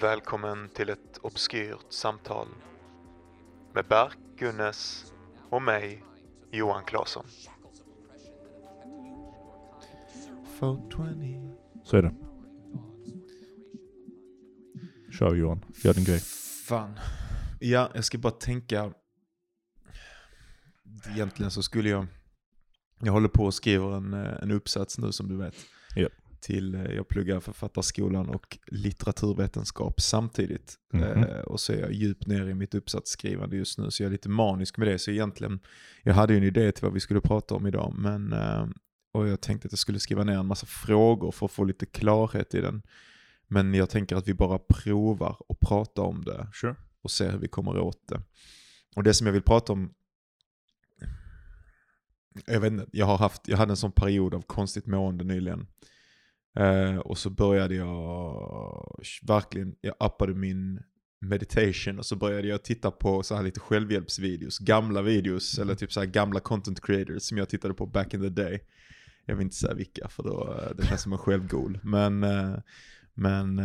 Välkommen till ett obskyrt samtal med Berk Gunnes och mig, Johan Claesson. 420. Så är det. Kör Johan, gör din grej. Fan. Ja, jag ska bara tänka. Egentligen så skulle jag håller på och skriver en uppsats nu som du vet. Ja. Jag pluggar författarskolan och litteraturvetenskap samtidigt. Och så är jag djupt ner i mitt uppsatsskrivande just nu. Så jag är lite manisk med det. Så egentligen, jag hade ju en idé till vad vi skulle prata om idag. Och jag tänkte att jag skulle skriva ner en massa frågor för att få lite klarhet i den. Men jag tänker att vi bara provar och pratar om det. Sure. Och ser hur vi kommer åt det. Och det som jag vill prata om. Jag vet inte, jag hade en sån period av konstigt mående nyligen. Och så började jag uppade min meditation och så började jag titta på så här lite självhjälpsvideos, gamla videos eller typ så här gamla content creators som jag tittade på back in the day. Jag vill inte säga vilka för då det känns som en självgol. Men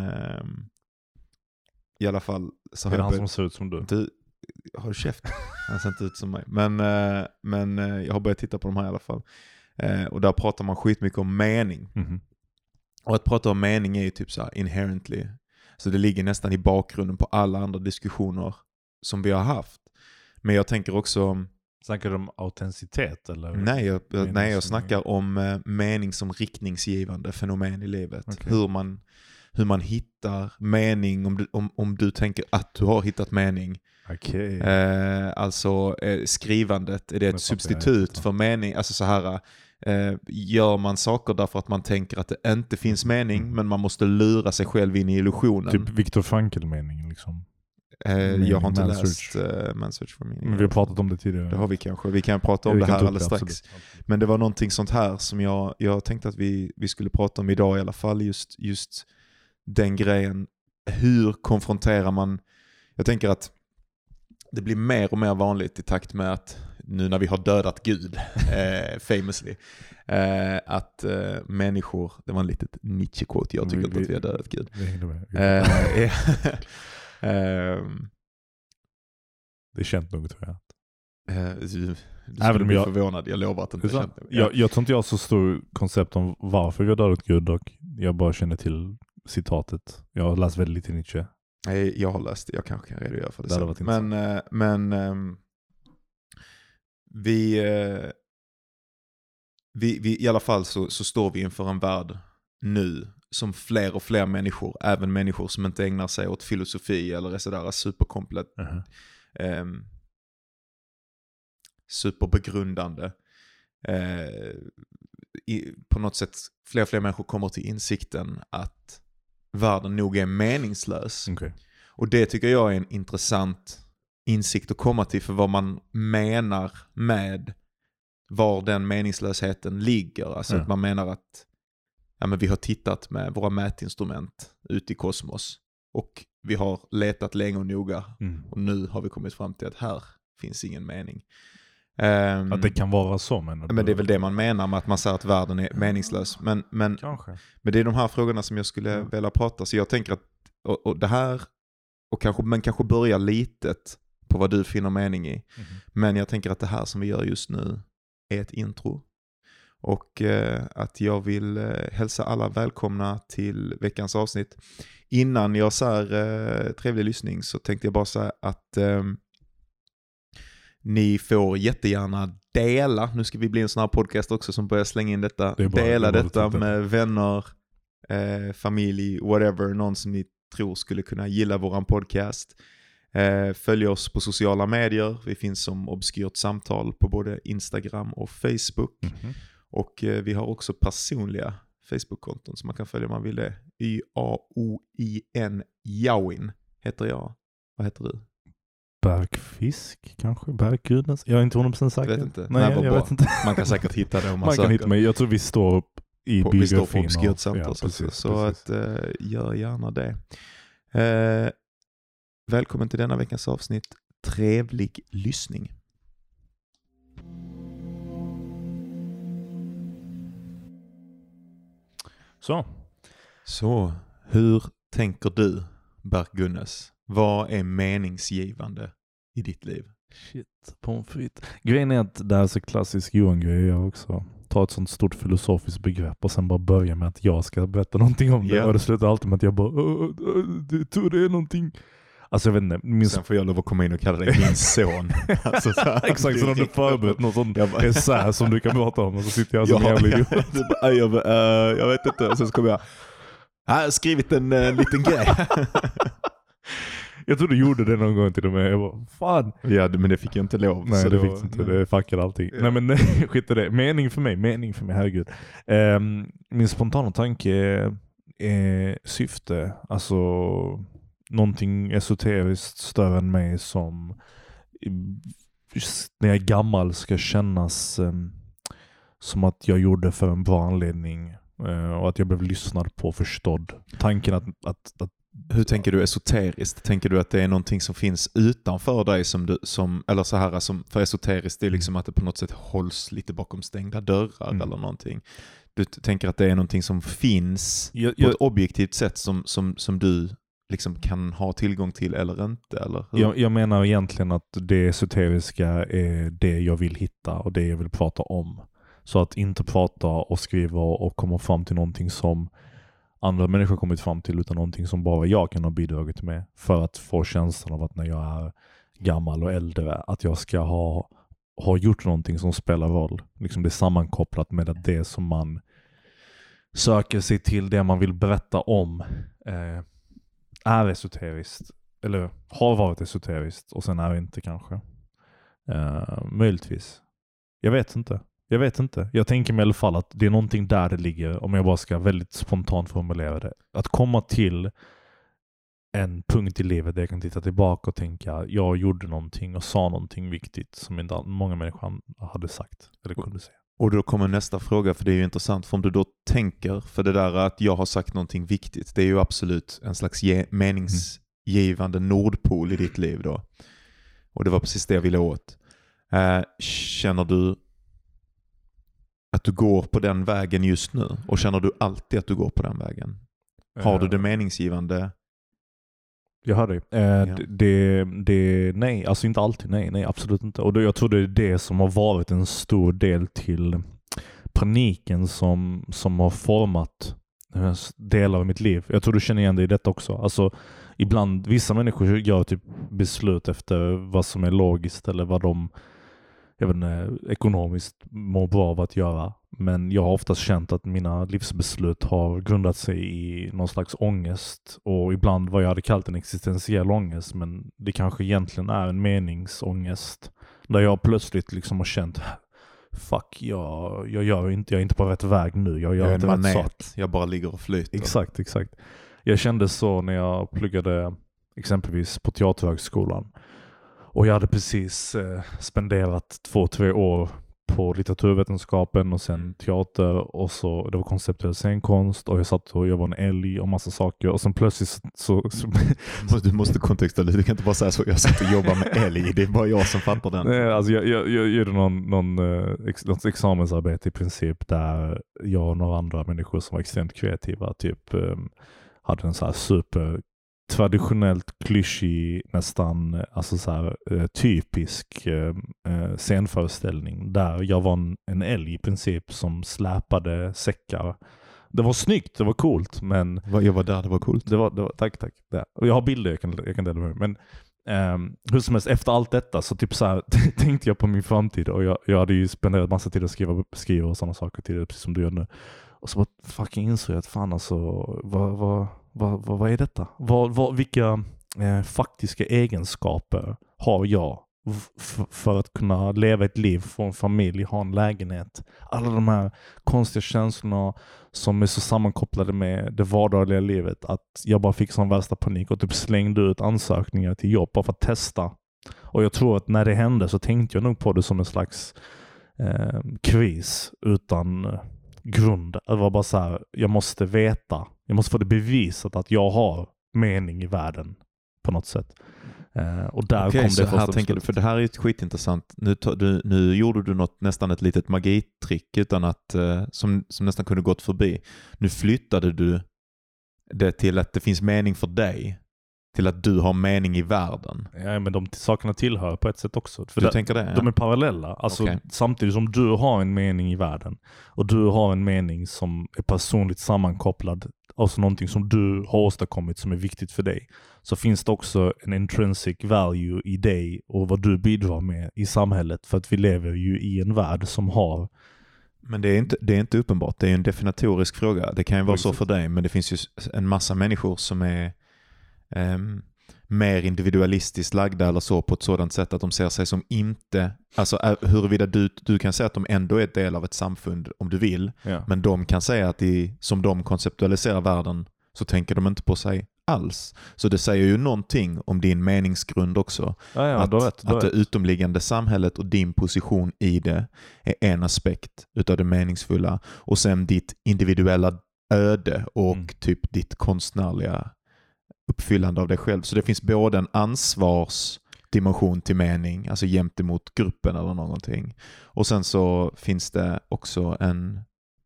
i alla fall så är det han som ser ut som du? Har du käft? Han ser inte ut som mig. Men jag har börjat titta på de här i alla fall. Och där pratar man skitmycket om mening. Mm-hmm. Och att prata om mening är ju typ så här inherently. Så det ligger nästan i bakgrunden på alla andra diskussioner som vi har haft. Men jag tänker också. Snackar du om autenticitet eller? Nej, jag snackar om mening som riktningsgivande fenomen i livet. Okay. Hur man hittar mening om du tänker att du har hittat mening. Okay. Alltså skrivandet, är det ett substitut för mening? Alltså så här, gör man saker därför att man tänker att det inte finns mening, men man måste lura sig själv in i illusionen. Typ Viktor Frankl-mening liksom. Jag har inte läst Man's Search for Meaning. Men vi har pratat om det tidigare. Det har vi kanske. Vi kan prata om det här alldeles strax. Absolut. Men det var någonting sånt här som jag tänkte att vi skulle prata om idag i alla fall. Just den grejen. Hur konfronterar man? Jag tänker att det blir mer och mer vanligt i takt med att nu när vi har dödat Gud, famously, att människor, det var en litet Nietzsche-quote, jag tycker inte att vi har dödat Gud. Det är känt nog tror jag. Du skulle bli förvånad, jag lovar att det inte är känt. Jag tror inte jag har så stor koncept om varför vi har dödat Gud dock. Jag bara känner till citatet. Jag har läst väldigt lite Nietzsche. Nej, jag har läst det. Jag kanske kan redogöra för det sen. Men vi i alla fall så står vi inför en värld nu som fler och fler människor, även människor som inte ägnar sig åt filosofi eller är sådär superkomplett superbegrundande på något sätt fler och fler människor kommer till insikten att världen nog är meningslös. Okay. Och det tycker jag är en intressant insikt att komma till, för vad man menar med var den meningslösheten ligger. Alltså att man menar att men vi har tittat med våra mätinstrument ut i kosmos och vi har letat länge och noga och nu har vi kommit fram till att här finns ingen mening. Att det kan vara så, men det är väl det man menar med att man säger att världen är meningslös. Men det är de här frågorna som jag skulle vilja prata. Så jag tänker att och det här men kanske börja litet på vad du finner mening i. Men jag tänker att det här som vi gör just nu är ett intro. Och att jag vill hälsa alla välkomna till veckans avsnitt. Innan jag säger trevlig lyssning så tänkte jag bara säga att ni får jättegärna dela. Nu ska vi bli en sån här podcast också som börjar slänga in detta. Dela detta med vänner, familj, whatever. Någon som ni tror skulle kunna gilla våran podcast. Följ oss på sociala medier. Vi finns som Obskyrt Samtal på både Instagram och Facebook. Och vi har också personliga Facebook-konton som man kan följa om man vill det. YAOIN Jawin heter jag. Vad heter du? Bergfisk kanske? Berggudens? Jag är inte 100% säker. Vet inte. Nej, jag vet inte. Man kan säkert hitta det om man kan hitta mig. Jag tror vi står i biografin. Vi står på Obskyrt Samtal. Så att gör gärna det. Välkommen till denna veckans avsnitt. Trevlig lyssning. Så, hur tänker du Berk Gunnes, vad är meningsgivande i ditt liv? Shit, pommes frites. Grejen är att det här är så klassisk Johan-grej jag också. Ta ett sånt stort filosofiskt begrepp och sen bara börja med att jag ska berätta någonting om det. Yeah. Och det slutar alltid med att jag bara jag tror det är någonting. Alltså jag vet inte. Sen får jag lov att komma in och kalla dig din son. Alltså, exakt, så har du förberett något sånt essä som du kan prata om och så sitter jag som jävla idiot. Jag vet inte. Och sen så kommer jag har skrivit en liten grej. Jag tror du gjorde det någon gång till och med. Jag bara, fan. Ja, men det fick jag inte lov. Nej, så det fick inte. Det fuckade allting. Ja. Nej, men skit i det. Mening för mig, herregud. Min spontana tanke är syfte. Alltså någonting esoteriskt större än mig som när jag är gammal ska kännas som att jag gjorde för en bra anledning och att jag blev lyssnad på och förstådd. Tanken att hur tänker du esoteriskt? Tänker du att det är någonting som finns utanför dig eller så här som för esoteriskt det är liksom att det på något sätt hålls lite bakom stängda dörrar eller någonting. Du tänker att det är någonting som finns på ett objektivt sätt som du liksom kan ha tillgång till eller inte, eller hur? Jag menar egentligen att det esoteriska är det jag vill hitta och det jag vill prata om. Så att inte prata och skriva och komma fram till någonting som andra människor kommit fram till, utan någonting som bara jag kan ha bidragit med för att få känslan av att när jag är gammal och äldre att jag ska ha gjort någonting som spelar roll. Liksom det är sammankopplat med att det som man söker sig till, det man vill berätta om är esoteriskt eller har varit esoteriskt och sen är det inte kanske. Möjligtvis. Jag vet inte. Jag tänker mig i alla fall att det är någonting där det ligger, om jag bara ska väldigt spontant formulera det. Att komma till en punkt i livet där jag kan titta tillbaka och tänka jag gjorde någonting och sa någonting viktigt som inte många människor hade sagt eller kunde säga. Och då kommer nästa fråga, för det är ju intressant, för om du då tänker, för det där att jag har sagt någonting viktigt, det är ju absolut en slags meningsgivande nordpol i ditt liv då. Och det var precis det jag ville åt. Känner du att du går på den vägen just nu? Och känner du alltid att du går på den vägen? Har du det meningsgivande? Jag hör dig. Nej, alltså inte alltid. Nej, absolut inte. Och jag tror det är det som har varit en stor del till paniken som har format delar av mitt liv. Jag tror du känner igen dig i detta också. Alltså ibland, vissa människor gör typ beslut efter vad som är logiskt eller vad de ekonomiskt mår bra av att göra. Men jag har oftast känt att mina livsbeslut har grundat sig i någon slags ångest. Och ibland vad jag hade kallat en existentiell ångest. Men det kanske egentligen är en meningsångest. Där jag plötsligt liksom har känt fuck, jag är inte på rätt väg nu. Jag gör inte rätt sak. Jag bara ligger och flyter. Exakt. Jag kände så när jag pluggade exempelvis på Teaterhögskolan. Och jag hade precis spenderat 2-3 år på litteraturvetenskapen och sen teater och så det var konceptuell scenkonst och jag satt och jag var en älg och massa saker och sen plötsligt så du måste kontextualisera, du kan inte bara säga så jag satt och jobbar med älg, det är bara jag som fattar den. Nej, alltså jag gjorde något examensarbete i princip där jag och några andra människor som var extremt kreativa typ hade en så här super traditionellt klyschig, nästan alltså så här, typisk scenföreställning där jag var en älg i princip som släpade säckar. Det var snyggt, det var coolt, men jag var där, det var coolt. Det var tack. Där. Och jag har bilder jag kan dela med, men hur som helst, efter allt detta så typ så här tänkte jag på min framtid och jag hade ju spenderat massa tid att skriva och sådana saker till det, precis som du gör nu. Och så bara fucking insåg jag att fan alltså, vad är detta? Vilka faktiska egenskaper har jag för att kunna leva ett liv, få en familj, ha en lägenhet? Alla de här konstiga känslorna som är så sammankopplade med det vardagliga livet att jag bara fick sån värsta panik och typ slängde ut ansökningar till jobb bara för att testa. Och jag tror att när det hände så tänkte jag nog på det som en slags kris utan grund. Det var bara så här, jag måste veta, jag måste få det bevisat att jag har mening i världen på något sätt. Och där kom det så första här tänker du, för det här är ju ett skitintressant. Nu gjorde du nästan ett litet magitrick utan att som nästan kunde gått förbi. Nu flyttade du det till att det finns mening för dig till att du har mening i världen. Ja, men de sakerna tillhör på ett sätt också. För Du tänker det? Ja. De är parallella. Alltså, samtidigt som du har en mening i världen och du har en mening som är personligt sammankopplad, alltså någonting som du har åstadkommit som är viktigt för dig, så finns det också en intrinsic value i dig och vad du bidrar med i samhället, för att vi lever ju i en värld som har. Men det är inte uppenbart. Det är en definitorisk fråga. Det kan ju vara så för dig, men det finns ju en massa människor som är mer individualistiskt lagda eller så, på ett sådant sätt att de ser sig som inte, alltså huruvida du kan säga att de ändå är ett del av ett samfund om du vill, men de kan säga att som de konceptualiserar världen så tänker de inte på sig alls. Så det säger ju någonting om din meningsgrund också. Att det utomliggande samhället och din position i det är en aspekt utav det meningsfulla, och sen ditt individuella öde och typ ditt konstnärliga uppfyllande av dig själv. Så det finns både en ansvarsdimension till mening, alltså jämt emot gruppen eller någonting. Och sen så finns det också en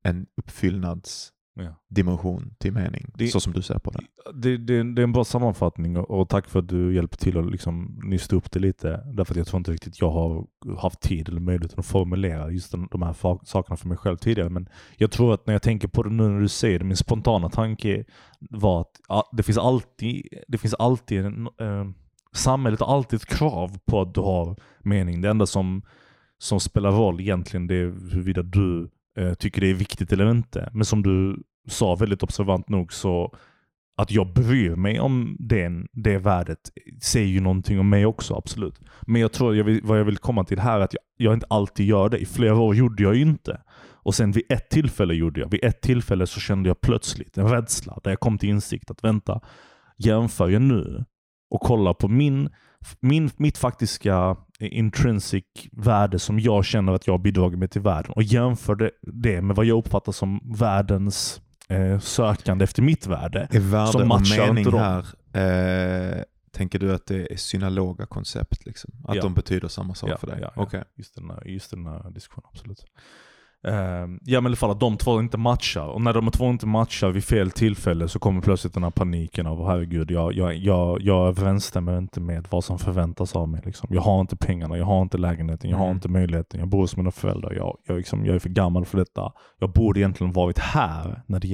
uppfyllnadsdimension till mening, så som du ser på det. Det är en bra sammanfattning, och tack för att du hjälper till att liksom nysta upp det lite. Därför att jag tror inte riktigt jag har haft tid eller möjlighet att formulera just de här sakerna för mig själv tidigare. Men jag tror att när jag tänker på det nu när du säger det, min spontana tanke var att det finns alltid samhället har alltid ett krav på att du har mening. Det enda som spelar roll egentligen, det är huruvida du tycker det är viktigt eller inte. Men som du sa väldigt observant nog, så att jag bryr mig om det värdet säger ju någonting om mig också, absolut. Men jag tror vad jag vill komma till här är att jag inte alltid gör det. I flera år gjorde jag ju inte. Och sen vid ett tillfälle gjorde jag. Vid ett tillfälle så kände jag plötsligt en rädsla där jag kom till insikt att vänta, jämför jag nu och kollar på mitt faktiska intrinsic värde som jag känner att jag bidragit med till världen, och jämför det med vad jag uppfattar som världens sökande efter mitt värde. Är värde som matchar och mening inte här, tänker du att det är synaloga koncept liksom? Att de betyder samma sak för dig? Ja. Okay. Just den här diskussionen, absolut. Men i alla fall att de två inte matchar, och när de två inte matchar vid fel tillfälle så kommer plötsligt den här paniken av herregud, jag överensstämmer inte med vad som förväntas av mig liksom. Jag har inte pengarna, jag har inte lägenheten, jag har inte möjligheten, jag bor hos mina föräldrar, jag är för gammal för detta, jag borde egentligen varit här när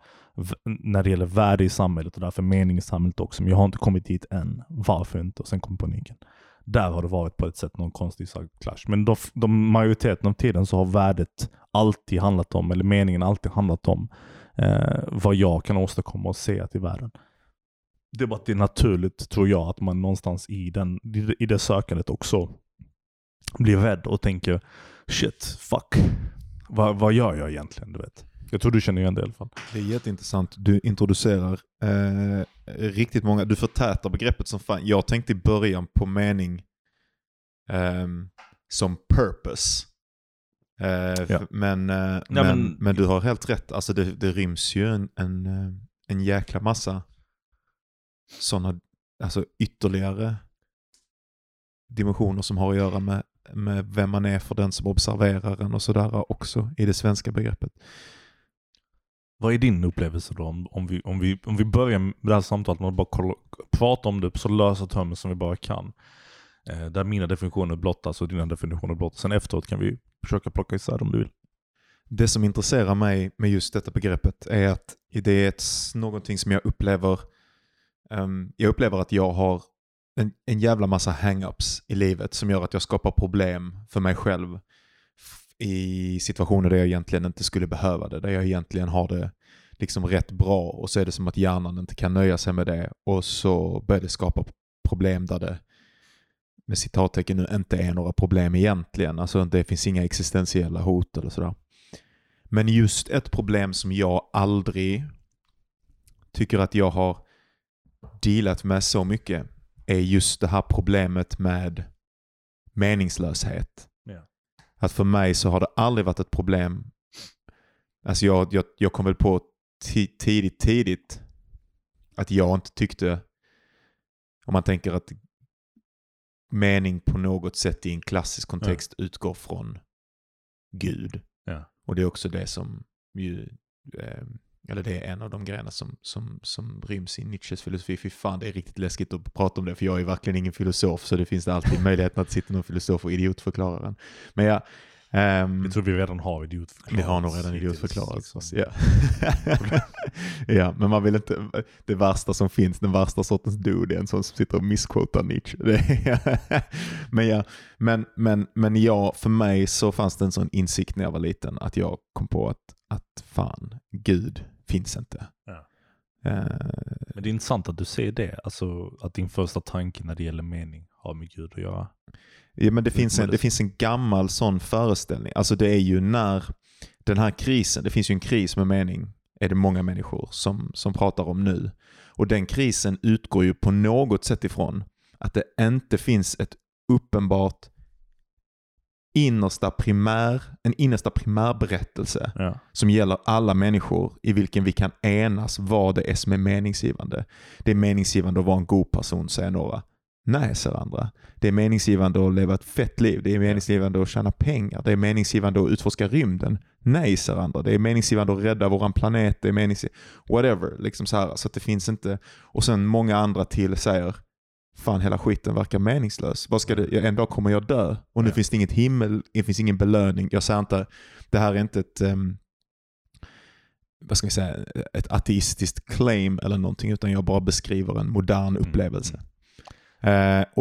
det gäller värde i samhället och därför mening i samhället också, men jag har inte kommit dit än, varför inte? Och sen kommer paniken. Där har det varit på ett sätt någon konstig clash. Men de majoriteten av tiden så har värdet alltid handlat om, eller meningen alltid handlat om vad jag kan åstadkomma och se till världen. Det är bara att det är naturligt, tror jag, att man någonstans i det sökandet också blir rädd och tänker shit, fuck, vad gör jag egentligen, du vet. Jag tror du känner igen det i alla fall. Det är jätteintressant. Du introducerar riktigt många. Du förtätar begreppet som fan. Jag tänkte i början på mening som purpose. Men du har helt rätt. Alltså det ryms ju en jäkla massa sådana, alltså ytterligare dimensioner som har att göra med vem man är för den som observerar en och sådär också i det svenska begreppet. Vad är din upplevelse då om vi börjar med det här samtalet med att bara prata om det på så lösa termer som vi bara kan. Där mina definitioner blottas och dina definitioner blottas. Sen efteråt kan vi försöka plocka isär om du vill. Det som intresserar mig med just detta begreppet är att det är någonting som jag upplever att jag har en jävla massa hang-ups i livet som gör att jag skapar problem för mig själv i situationer där jag egentligen inte skulle behöva det, där jag egentligen har det liksom rätt bra, och så är det som att hjärnan inte kan nöja sig med det, och så börjar det skapa problem där det med citattecken nu inte är några problem egentligen, alltså det finns inga existentiella hot eller sådär. Men just ett problem som jag aldrig tycker att jag har dealat med så mycket är just det här problemet med meningslöshet. Att för mig så har det aldrig varit ett problem. Alltså jag kom väl på tidigt att jag inte tyckte, om man tänker att mening på något sätt i en klassisk kontext utgår från Gud. Ja. Och det är också det som ju eller det är en av de grejerna som ryms i Nietzsches filosofi. Fy fan, det är riktigt läskigt att prata om det, för jag är verkligen ingen filosof, så det finns det alltid möjligheten att sitta någon filosof och idiotförklara den. Men ja, jag tror vi redan har idiotförklarat. Vi har nog redan idiotförklarat oss. Ja. Ja, men man vill inte, det värsta som finns, den värsta sortens dude är en sån som sitter och missquotar Nietzsche. Men ja, för mig så fanns det en sån insikt när jag var liten att jag kom på att fan, Gud finns inte. Ja. Men det är intressant att du säger det, alltså att din första tanke när det gäller mening har med Gud att göra. Ja, men det finns en gammal sån föreställning. Alltså det är ju när den här krisen, det finns ju en kris med mening, är det många människor som pratar om nu. Och den krisen utgår ju på något sätt ifrån att det inte finns ett uppenbart innersta primärberättelse som gäller alla människor, i vilken vi kan enas vad det är som är meningsgivande. Det är meningsgivande att vara en god person, säger några. Nej, säger andra. Det är meningsgivande att leva ett fett liv. Det är meningsgivande att tjäna pengar. Det är meningsgivande att utforska rymden. Nej, säger andra. Det är meningsgivande att rädda våran planet. Det är meningsgivande. Whatever. Liksom så här. Så att det finns inte. Och sen många andra till säger, fan, hela skiten verkar meningslös. Vad ska det? En dag kommer jag dö. Och nu finns det inget himmel. Det finns ingen belöning. Jag säger inte, det här är inte ett vad ska vi säga, ett ateistiskt claim eller någonting, utan jag bara beskriver en modern upplevelse. Och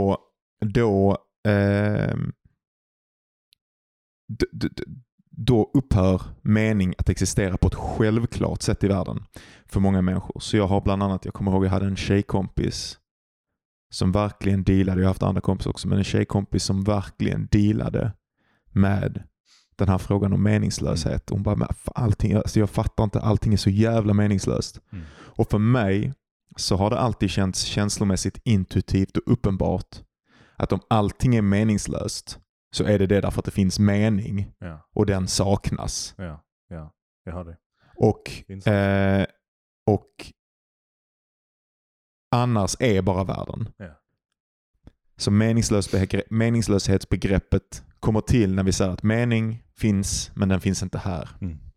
då upphör mening att existera på ett självklart sätt i världen för många människor. Så jag har bland annat, jag kommer ihåg jag hade en tjejkompis som verkligen dealade, jag har haft andra kompisar också, men en tjejkompis som verkligen dealade med den här frågan om meningslöshet. Hon bara, allting, alltså jag fattar inte, allting är så jävla meningslöst. Och för mig så har det alltid känts känslomässigt intuitivt och uppenbart att om allting är meningslöst så är det därför att det finns mening och den saknas. Ja, jag hör det. Och annars är bara världen. Ja. Så meningslöshetsbegreppet kommer till när vi säger att mening finns, men den finns inte här.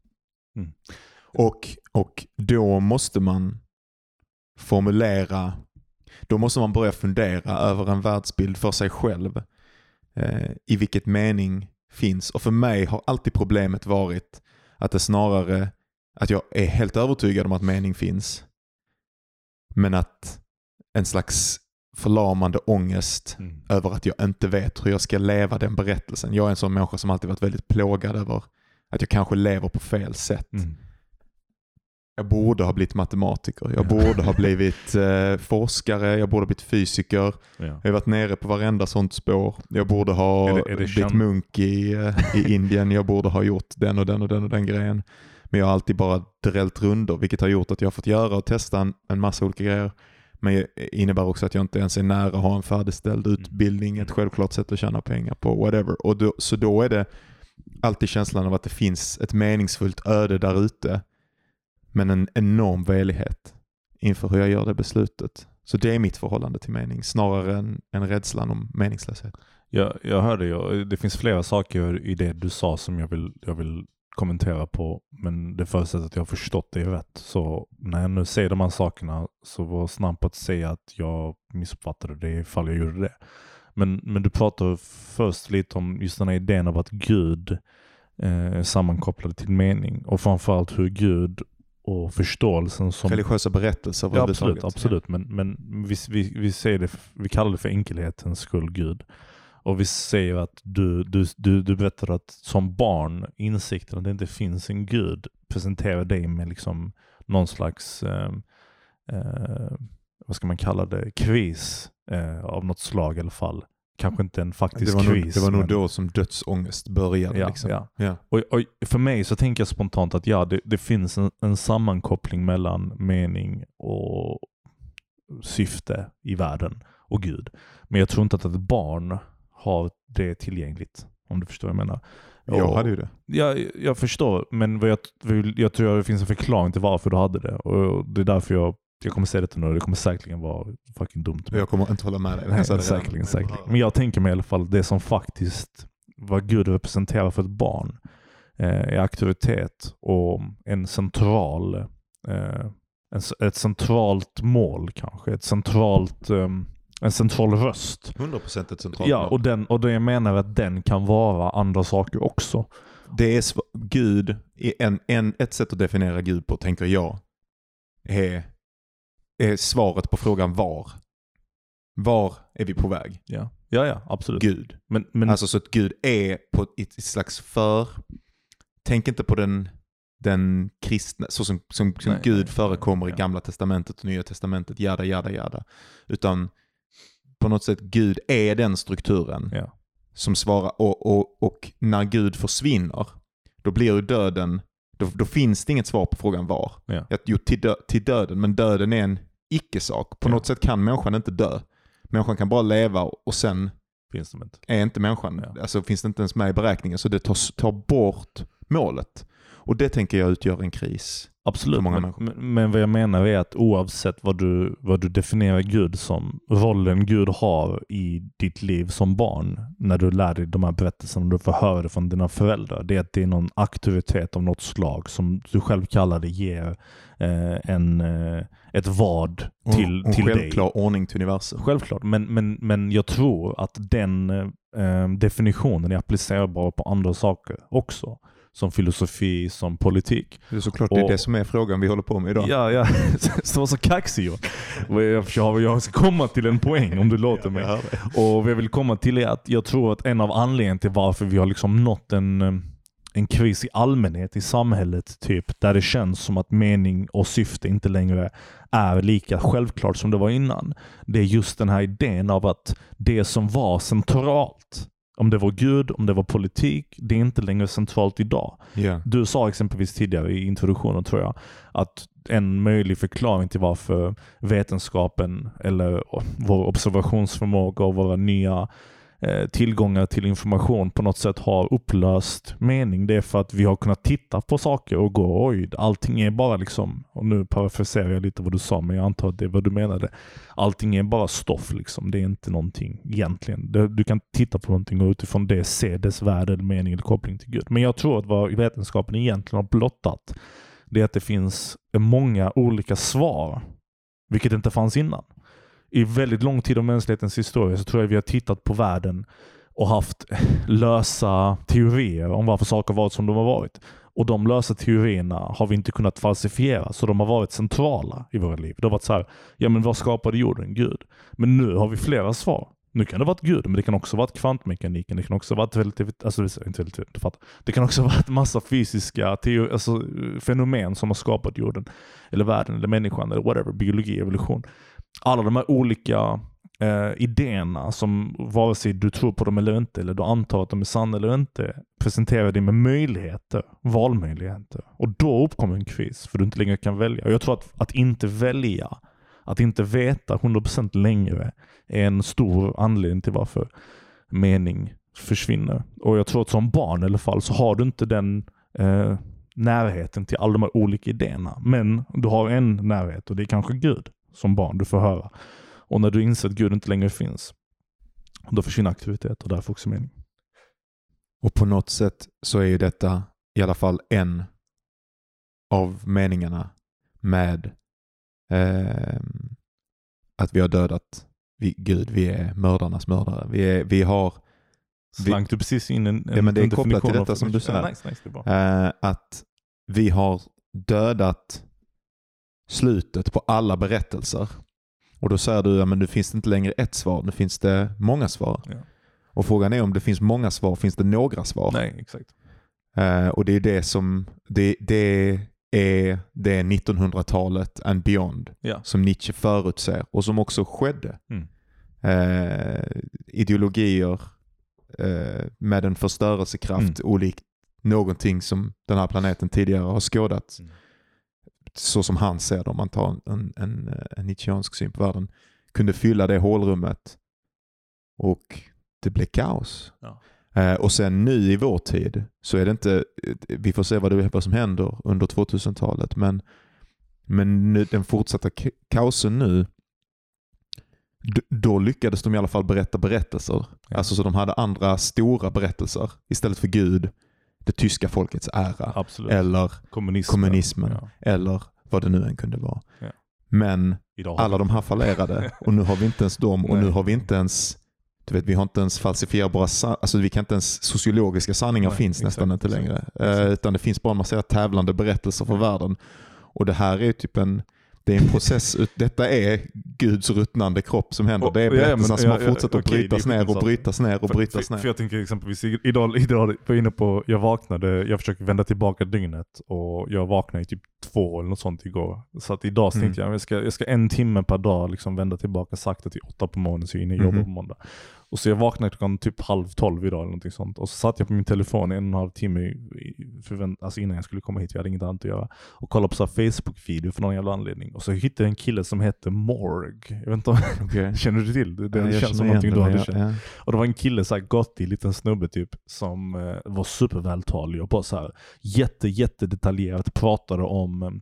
Och då måste man formulera, då måste man börja fundera över en världsbild för sig själv, i vilket mening finns. Och för mig har alltid problemet varit att det snarare, att jag är helt övertygad om att mening finns, men att en slags förlamande ångest över att jag inte vet hur jag ska leva den berättelsen. Jag är en sån människa som alltid varit väldigt plågad över att jag kanske lever på fel sätt. Jag borde ha blivit matematiker. Jag borde ha blivit forskare. Jag borde ha blivit fysiker. Jag har varit nere på varenda sånt spår. Jag borde ha blivit munk i Indien. Jag borde ha gjort den och den och den och den grejen. Men jag har alltid bara drällt runder, vilket har gjort att jag har fått göra och testa en massa olika grejer. Men det innebär också att jag inte ens är nära att ha en färdigställd utbildning, ett självklart sätt att tjäna pengar på, whatever. Och så då är det alltid känslan av att det finns ett meningsfullt öde där ute, men en enorm velighet inför hur jag gör det beslutet. Så det är mitt förhållande till mening, snarare än rädslan om meningslöshet. Jag hörde, det finns flera saker i det du sa som jag vill kommentera på, men det förutsätter att jag har förstått det rätt. Så när jag nu säger de här sakerna så var jag snabb på att säga att jag missuppfattade det ifall jag gjorde det. Men du pratar först lite om just den här idén av att Gud är sammankopplad till mening, och framförallt hur Gud och förståelsen som religiösa berättelser. Ja, absolut. Men vi säger det, vi kallar det för enkelhetens skull, Gud. Och vi säger att du berättar att som barn insikten att det inte finns en Gud presenterar dig med liksom någon slags vad ska man kalla det, kris av något slag i alla fall. Kanske inte en faktisk kris. Det var nog då som dödsångest började. Liksom. Ja. Och för mig så tänker jag spontant att det finns en sammankoppling mellan mening och syfte i världen och Gud. Men jag tror inte att ett barn har det tillgängligt, om du förstår vad jag menar. Jag hade ju det. Jag förstår, men jag tror att det finns en förklaring till varför du hade det. Och det är därför jag kommer säga det nu. Det kommer säkerligen vara fucking dumt. Jag kommer inte hålla med dig. Nej, säkerligen. Men jag tänker mig i alla fall det som faktiskt vad Gud representerar för ett barn. är auktoritet och en central ett centralt mål kanske, en central röst. 100% ett centralt mål. Och det jag menar att den kan vara andra saker också. Det är Gud, ett sätt att definiera Gud på, tänker jag, är svaret på frågan var. Var är vi på väg? Ja, absolut. Gud. Men alltså så att Gud är på ett slags tänk inte på den kristna, så som Gud förekommer i Gamla testamentet och Nya testamentet, jada. Utan på något sätt Gud är den strukturen som svarar, och när Gud försvinner, då blir ju döden, då finns det inget svar på frågan var. Jo, till döden, men döden är en icke-sak. På något sätt kan människan inte dö. Människan kan bara leva och sen finns det inte. Är inte människan. Alltså finns det inte ens med i beräkningen, så det tar bort målet. Och det tänker jag utgör en kris. Absolut, men vad jag menar är att oavsett vad du definierar Gud som, rollen Gud har i ditt liv som barn, när du lär dig de här berättelserna och du får höra det från dina föräldrar, det är att det är någon auktoritet av något slag som du själv kallar det ger ett vad till dig. Självklar ordning till universum. Självklart, men jag tror att den definitionen är applicerbar på andra saker också. Som filosofi, som politik. Det är såklart det är det som är frågan vi håller på med idag. Ja. Så kaxig. Jag ska komma till en poäng om du låter mig. Och vad jag vill komma till är att jag tror att en av anledningarna till varför vi har liksom nått en kris i allmänhet i samhället, typ, där det känns som att mening och syfte inte längre är lika självklart som det var innan. Det är just den här idén av att det som var centralt, om det var Gud, om det var politik, det är inte längre centralt idag. Du sa exempelvis tidigare i introduktionen, tror jag, att en möjlig förklaring till varför vetenskapen eller vår observationsförmåga och våra nya tillgångar till information på något sätt har upplöst mening. Det är för att vi har kunnat titta på saker och gå, oj, allting är bara liksom, och nu parafraserar jag lite vad du sa, men jag antar att det är vad du menade. Allting är bara stoff liksom, det är inte någonting egentligen. Du kan titta på någonting och utifrån det se dess värde eller mening eller koppling till Gud. Men jag tror att vad vetenskapen egentligen har blottat, det är att det finns många olika svar, vilket inte fanns innan. I väldigt lång tid av mänsklighetens historia så tror jag vi har tittat på världen och haft lösa teorier om varför saker varit som de har varit. Och de lösa teorierna har vi inte kunnat falsifiera, så de har varit centrala i våra liv. Det har varit så här, men vad skapade jorden? Gud. Men nu har vi flera svar. Nu kan det vara Gud, men det kan också vara kvantmekaniken, det kan också vara det kan också vara en massa fysiska fenomen som har skapat jorden eller världen eller människan eller whatever, biologi, evolution. Alla de här olika idéerna som vare sig du tror på dem eller inte, eller du antar att de är sanna eller inte, presenterar dig med möjligheter, valmöjligheter. Och då uppkommer en kris, för du inte längre kan välja. Och jag tror att inte välja, att inte veta 100% längre är en stor anledning till varför mening försvinner. Och jag tror att som barn i alla fall så har du inte den närheten till alla de här olika idéerna. Men du har en närhet, och det är kanske Gud som barn du får höra. Och när du inser att Gud inte längre finns, då försvinner aktivitet och därför också mening. Och på något sätt så är ju detta i alla fall en av meningarna med att vi har dödat Gud. Vi är mördarnas mördare. Vi har... Slank du precis in en ja, men det är kopplat till detta som du sa. Nice, det är bra. Att vi har dödat slutet på alla berättelser. Och då säger du, men det finns inte längre ett svar, nu finns det många svar. Ja. Och frågan är, om det finns många svar, finns det några svar? Nej, exakt. Och det är det som det är 1900-talet and beyond, som Nietzsche förutser och som också skedde. Ideologier med en förstörelsekraft olikt någonting som den här planeten tidigare har skådat. Så som han ser det, om man tar en nietzscheansk syn på världen, kunde fylla det hålrummet och det blev kaos. Ja. Och sen nu i vår tid så är det inte, vi får se vad som händer under 2000-talet, men nu, den fortsatta kaosen nu, då lyckades de i alla fall berätta berättelser. Ja. Alltså så de hade andra stora berättelser istället för Gud. det tyska folkets ära. Absolut. Eller kommunismen. Ja. Eller vad det nu än kunde vara. Ja. Men alla de här fallerade och nu har vi inte ens dem och nu har vi inte ens, du vet, vi har inte ens falsifierbara, alltså vi kan inte ens, sociologiska sanningar finns nästan inte längre. Utan det finns bara en massa tävlande berättelser för världen. Och det här är typ det är en process, detta är Guds ruttnande kropp som händer. Det är berättelser som har fortsatt att brytas ner och brytas ner och brytas ner. För jag tänker exempelvis, idag var inne på, jag försöker vända tillbaka dygnet och jag vaknade i typ 2 eller något sånt igår. Så att idag tänkte jag ska 1 timme per dag liksom vända tillbaka sakta till 8 på morgonen så jag är inne i jobbet på måndag. Och så jag vaknade klockan typ 11:30 idag eller någonting sånt. Och så satt jag på min telefon 1,5 timme alltså innan jag skulle komma hit. Jag hade inget annat att göra. Och kollade på så Facebook-video för någon jävla anledning. Och så hittade jag en kille som hette Morg. Jag vet inte, känner du till? Det känns som någonting du hade känt. Ja. Och det var en kille, så här gottig, liten snubbe typ, som var supervältalig och bara så här jättedetaljerat pratade om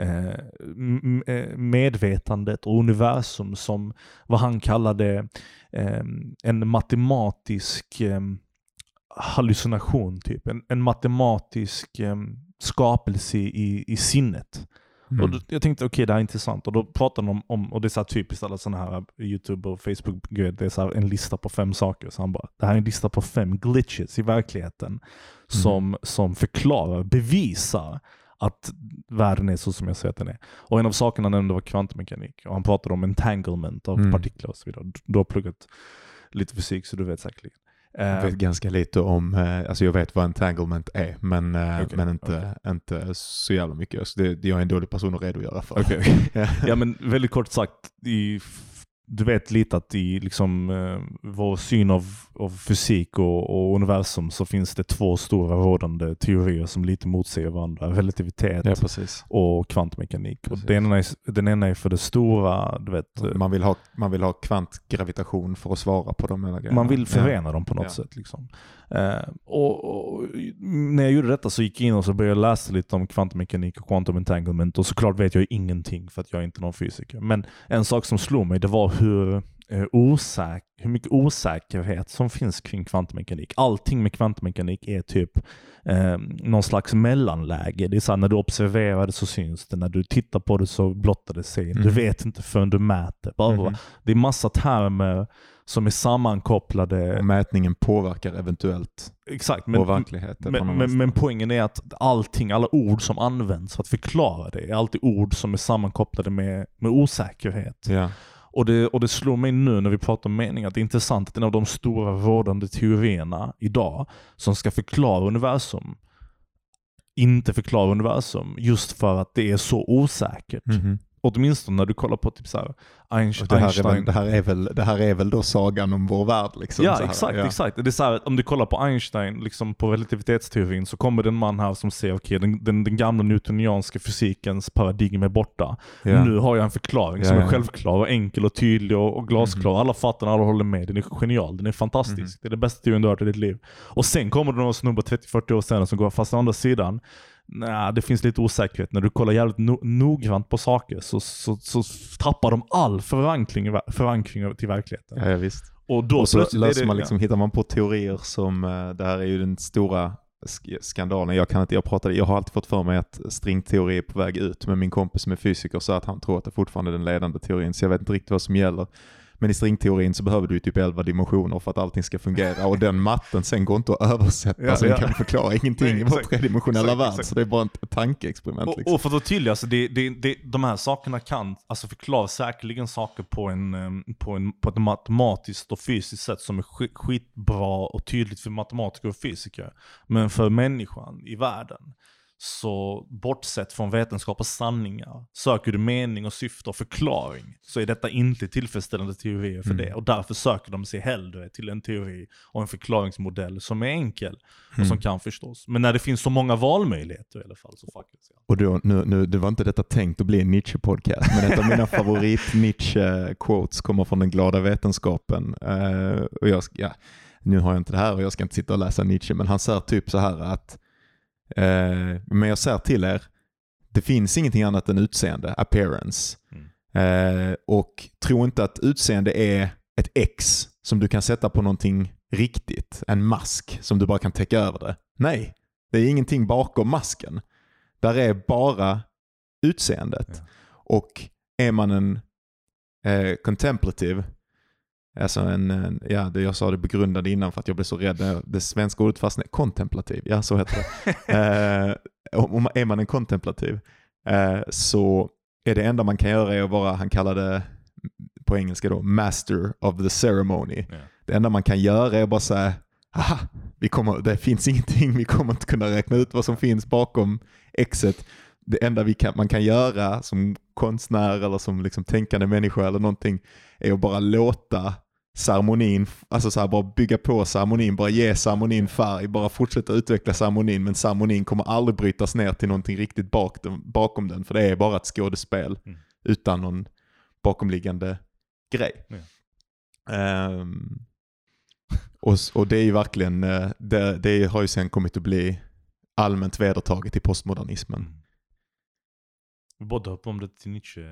medvetandet och universum som vad han kallade en matematisk hallucination typ. En matematisk skapelse i sinnet. Och jag tänkte okej, det här är intressant. Och då pratade de om och det är så här typiskt alla sådana här YouTube och Facebook, det är så här en lista på 5 saker. Så han bara, det här är en lista på 5 glitches i verkligheten som förklarar, bevisar att världen är så som jag säger att den är. Och en av sakerna han nämnde var kvantmekanik. Och han pratade om entanglement av partiklar och så vidare. Du har pluggat lite fysik så du vet säkert. Jag vet ganska lite om, alltså jag vet vad entanglement är, men inte så jävla mycket. Så jag är en dålig person att redogöra för. Ja, men väldigt kort sagt, du vet lite att i liksom vår syn av fysik och universum så finns det 2 stora rådande teorier som lite motsäger varandra. Relativitet och kvantmekanik. Och den ena är för det stora, du vet. Man vill ha kvantgravitation för att svara på de här grejerna. Man vill förena dem på något sätt liksom. Och när jag gjorde detta så gick jag in och så började jag läsa lite om kvantmekanik och quantum entanglement, och såklart vet jag ingenting för att jag är inte någon fysiker. Men en sak som slog mig, det var hur mycket osäkerhet som finns kring kvantmekanik. Allting med kvantmekanik är typ någon slags mellanläge. Det är så här, när du observerar det så syns det, när du tittar på det så blottar det sig. Du vet inte förrän du mäter. Det är massa termer som är sammankopplade. Och mätningen påverkar eventuellt på verkligheten. Men poängen är att alla ord som används för att förklara det är alltid ord som är sammankopplade med osäkerhet. Ja. Och det slår mig nu när vi pratar om mening att det är intressant att en av de stora rådande teorierna idag som ska förklara universum inte förklara universum just för att det är så osäkert. Åtminstone när du kollar på typ så här Einstein. Det här är väl då sagan om vår värld liksom. Ja, exakt. Det är så här, om du kollar på Einstein liksom på relativitetsteorin så kommer det en man här som säger okej, den gamla newtonianska fysikens paradigm är borta. Yeah. Nu har jag en förklaring som är självklar och enkel och tydlig och glasklar. Alla fattar, alla håller med. Den är genial, den är fantastisk. Det är det bästa teorin du har hört i ditt liv. Och sen kommer det någon snubbe 30-40 år senare som går fast å andra sidan. Nej, det finns lite osäkerhet. När du kollar jävligt noggrant på saker så tappar de all förankring till verkligheten. Ja, visst. Och så löser man liksom, hittar man på teorier som, det här är ju den stora skandalen. Jag har alltid fått för mig att stringteori är på väg ut, men min kompis som är fysiker sa att han tror att det fortfarande är den ledande teorin, så jag vet inte riktigt vad som gäller. Men i stringteorin så behöver du typ 11 dimensioner för att allting ska fungera. Och den matten sen går inte att översätta. Så den kan förklara ingenting i vår tredimensionella värld. Så det är bara ett tankeexperiment. Liksom. Och för att tydliga, alltså de här sakerna kan alltså förklara säkerligen saker på ett matematiskt och fysiskt sätt som är skitbra och tydligt för matematiker och fysiker. Men för människan i världen, så bortsett från vetenskap och sanningar, söker du mening och syfte och förklaring, så är detta inte tillfredsställande teorier för det. Och därför söker de sig hellre till en teori och en förklaringsmodell som är enkel och som kan förstås. Men när det finns så många valmöjligheter i alla fall, så faktiskt. Ja. Och då, nu, det var inte detta tänkt att bli en Nietzsche-podcast, men ett av mina favorit-Nietzsche-quotes kommer från den glada vetenskapen. Och nu har jag inte det här och jag ska inte sitta och läsa Nietzsche, men han säger typ så här att men jag säger till er, det finns ingenting annat än utseende, appearance. Och tro inte att utseende är ett X som du kan sätta på någonting riktigt, en mask som du bara kan täcka över det. Nej, Det är ingenting bakom masken. Där är bara utseendet. Ja. Och är man en contemplative, alltså jag sa det begrundade innan för att jag blev så rädd. Det svenska ordet fastnade. Kontemplativ, ja så heter det. Är man en kontemplativ så är det enda man kan göra är att vara, han kallade på engelska då, master of the ceremony. Ja. Det enda man kan göra är bara säga, det finns ingenting, vi kommer inte kunna räkna ut vad som finns bakom exet. Det enda man kan göra som konstnär eller som liksom tänkande människa eller någonting är att bara låta ceremonin, alltså så här, bara bygga på ceremonin, bara ge ceremonin färg, bara fortsätta utveckla ceremonin, men ceremonin kommer aldrig brytas ner till någonting riktigt bakom den, för det är bara ett skådespel utan någon bakomliggande grej. Och det är ju verkligen det har ju sen kommit att bli allmänt vedertaget i postmodernismen. Vi båda hoppar om det till Nietzsche.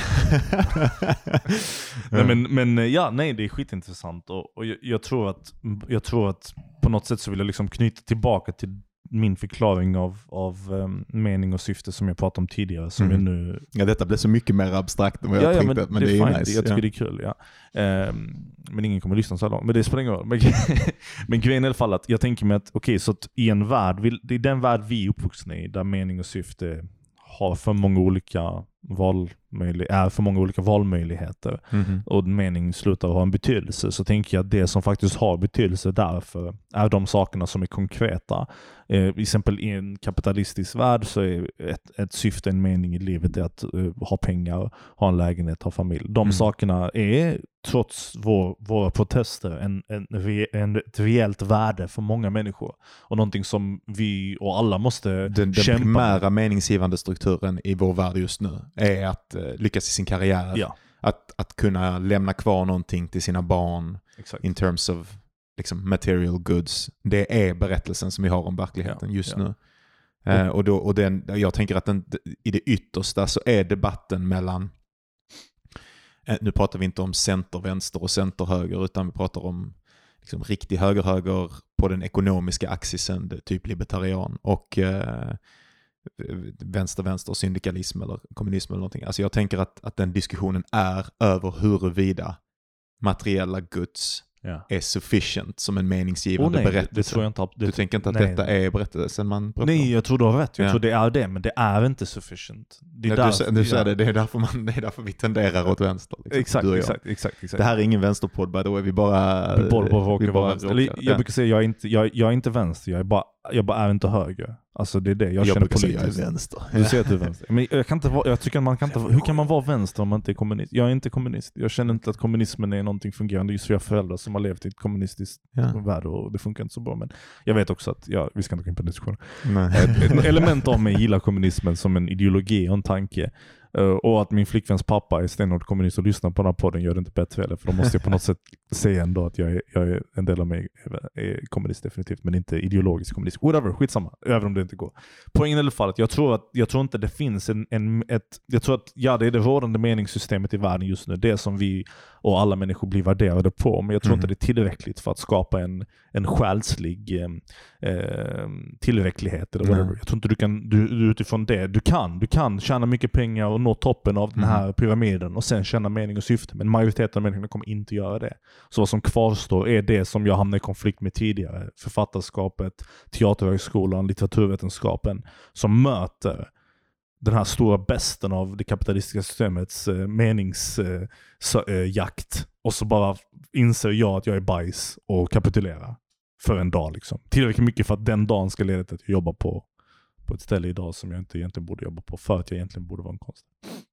Nej, det är skitintressant och jag tror att på något sätt så vill jag liksom knyta tillbaka till min förklaring av mening och syfte som jag pratade om tidigare som jag nu... Ja, detta blev så mycket mer abstrakt än vad jag tänkte, men det är nice. Jag tycker det är kul, ja. Men ingen kommer att lyssna så långt. Men det spelar ingen roll. Men grejen är i alla fall att jag tänker mig att så att i en värld, det är den värld vi är uppvuxna i, där mening och syfte har för många olika valmöjligheter och mening slutar ha en betydelse, så tänker jag att det som faktiskt har betydelse därför är de sakerna som är konkreta. Till exempel i en kapitalistisk värld så är ett syfte, en mening i livet är att ha pengar, ha en lägenhet, ha familj. De sakerna är trots våra protester ett reellt värde för många människor och någonting som vi och alla måste den kämpa. Den primära meningsgivande strukturen i vår värld just nu är att lyckas i sin karriär. Ja. Att kunna lämna kvar någonting till sina barn. Exakt. In terms of liksom, material goods. Det är berättelsen som vi har om verkligheten just nu. Jag tänker att i det yttersta så är debatten mellan, nu pratar vi inte om center-vänster och center-höger, utan vi pratar om liksom, riktig höger-höger på den ekonomiska axisen, typ libertarian, och vänster, syndikalism eller kommunism eller någonting. Alltså jag tänker att den diskussionen är över huruvida materiella goods är sufficient som en meningsgivande berättelse. Det tror jag inte. Du tänker inte att detta är berättelsen man pratar om? Nej, jag tror du har rätt. Jag tror det är det, men det är inte sufficient. Det är därför vi tenderar åt vänster. Liksom, exakt. Det här är ingen vänsterpodd, by the way. Vi bara jag brukar säga jag är inte vänster, jag bara är inte höger. Alltså det är det jag känner politiskt. Jag är vänster. Du säger att du är vänster. Men jag tycker man kan inte. Hur kan man vara vänster om man inte är kommunist? Jag är inte kommunist. Jag känner inte att kommunismen är någonting fungerande. Just för jag har föräldrar som har levt i ett kommunistiskt värld och det funkar inte så bra. Men jag vet också att vi ska inte gå in på diskussion. Ett element av mig gillar kommunismen som en ideologi och en tanke. Och att min flickväns pappa är stenhård kommunist och lyssnar på den här podden gör det inte bättre heller. För då måste jag på något sätt säga ändå att jag är en del av mig är kommunist definitivt, men inte ideologisk kommunist. Whatever, skitsamma. Även om det inte går. Poängen i alla fall att jag tror inte det finns jag tror att det är det rådande meningssystemet i världen just nu. Det som vi och alla människor blir värderade på. Men jag tror inte det är tillräckligt för att skapa en själslig tillräcklighet eller whatever. Jag tror inte du utifrån det. Du kan tjäna mycket pengar och nå toppen av den här pyramiden och sen känna mening och syfte. Men majoriteten av människorna kommer inte göra det. Så vad som kvarstår är det som jag hamnade i konflikt med tidigare. Författarskapet, teaterhögskolan, litteraturvetenskapen som möter den här stora besten av det kapitalistiska systemets meningsjakt. Och så bara inser jag att jag är bajs och kapitulerar för en dag. Liksom. Tillräckligt mycket för att den dagen ska leda till att jag jobbar på ett ställe idag som jag inte egentligen borde jobba på för att jag egentligen borde vara en konstnär.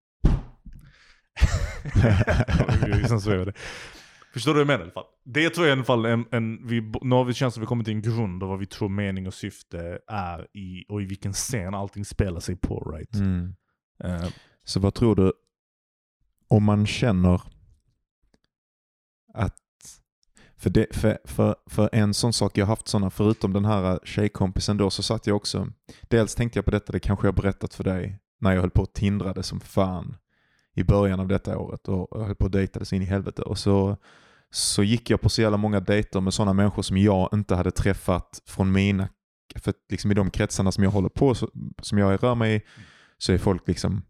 Förstår du vad jag menar i alla fall? Det tror jag i alla fall nu har vi känns som vi kommer till en grund av vad vi tror mening och syfte är och i vilken scen allting spelar sig på, right? Så vad tror du om man känner att för en sån sak, jag har haft såna förutom den här tjejkompisen då, så satt jag också, dels tänkte jag på detta, det kanske jag berättat för dig när jag höll på att tindrade som fan i början av detta året och jag höll på att dejta sig in i helvete, och så gick jag på så jävla många dejter med såna människor som jag inte hade träffat från mina för liksom i de kretsarna som jag håller på, som jag rör mig i, så är folk liksom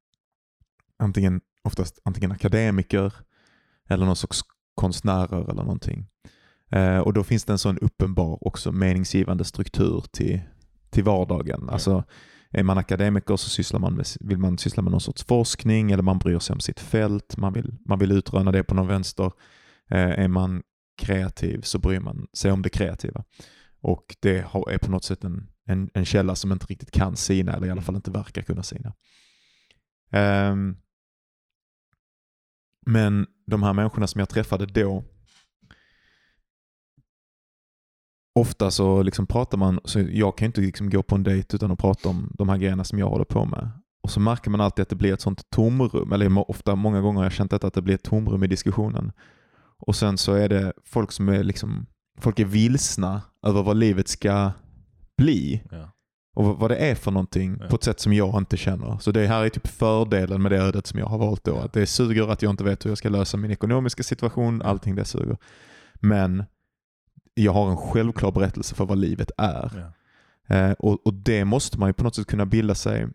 oftast antingen akademiker eller någon sorts konstnärer eller någonting. Och då finns det en sån uppenbar också meningsgivande struktur till vardagen. Alltså är man akademiker så vill man syssla med någon sorts forskning, eller man bryr sig om sitt fält, man vill utröna det på någon vänster. Är man kreativ så bryr man sig om det kreativa. Och det är på något sätt en källa som inte riktigt kan sina, eller i alla fall inte verkar kunna sina. Men de här människorna som jag träffade då, ofta så liksom pratar man, så jag kan inte liksom gå på en dejt utan att prata om de här grejerna som jag håller på med. Och så märker man alltid att det blir ett sånt tomrum, eller många gånger har jag känt att det blir ett tomrum i diskussionen. Och sen så är det folk som är liksom, folk är vilsna över vad livet ska bli. Ja. Och vad det är för någonting på ett sätt som jag inte känner. Så det här är typ fördelen med det ödet som jag har valt då. Att det suger att jag inte vet hur jag ska lösa min ekonomiska situation. Allting det suger. Men jag har en självklar berättelse för vad livet är. Ja. Och det måste man ju på något sätt kunna bilda sig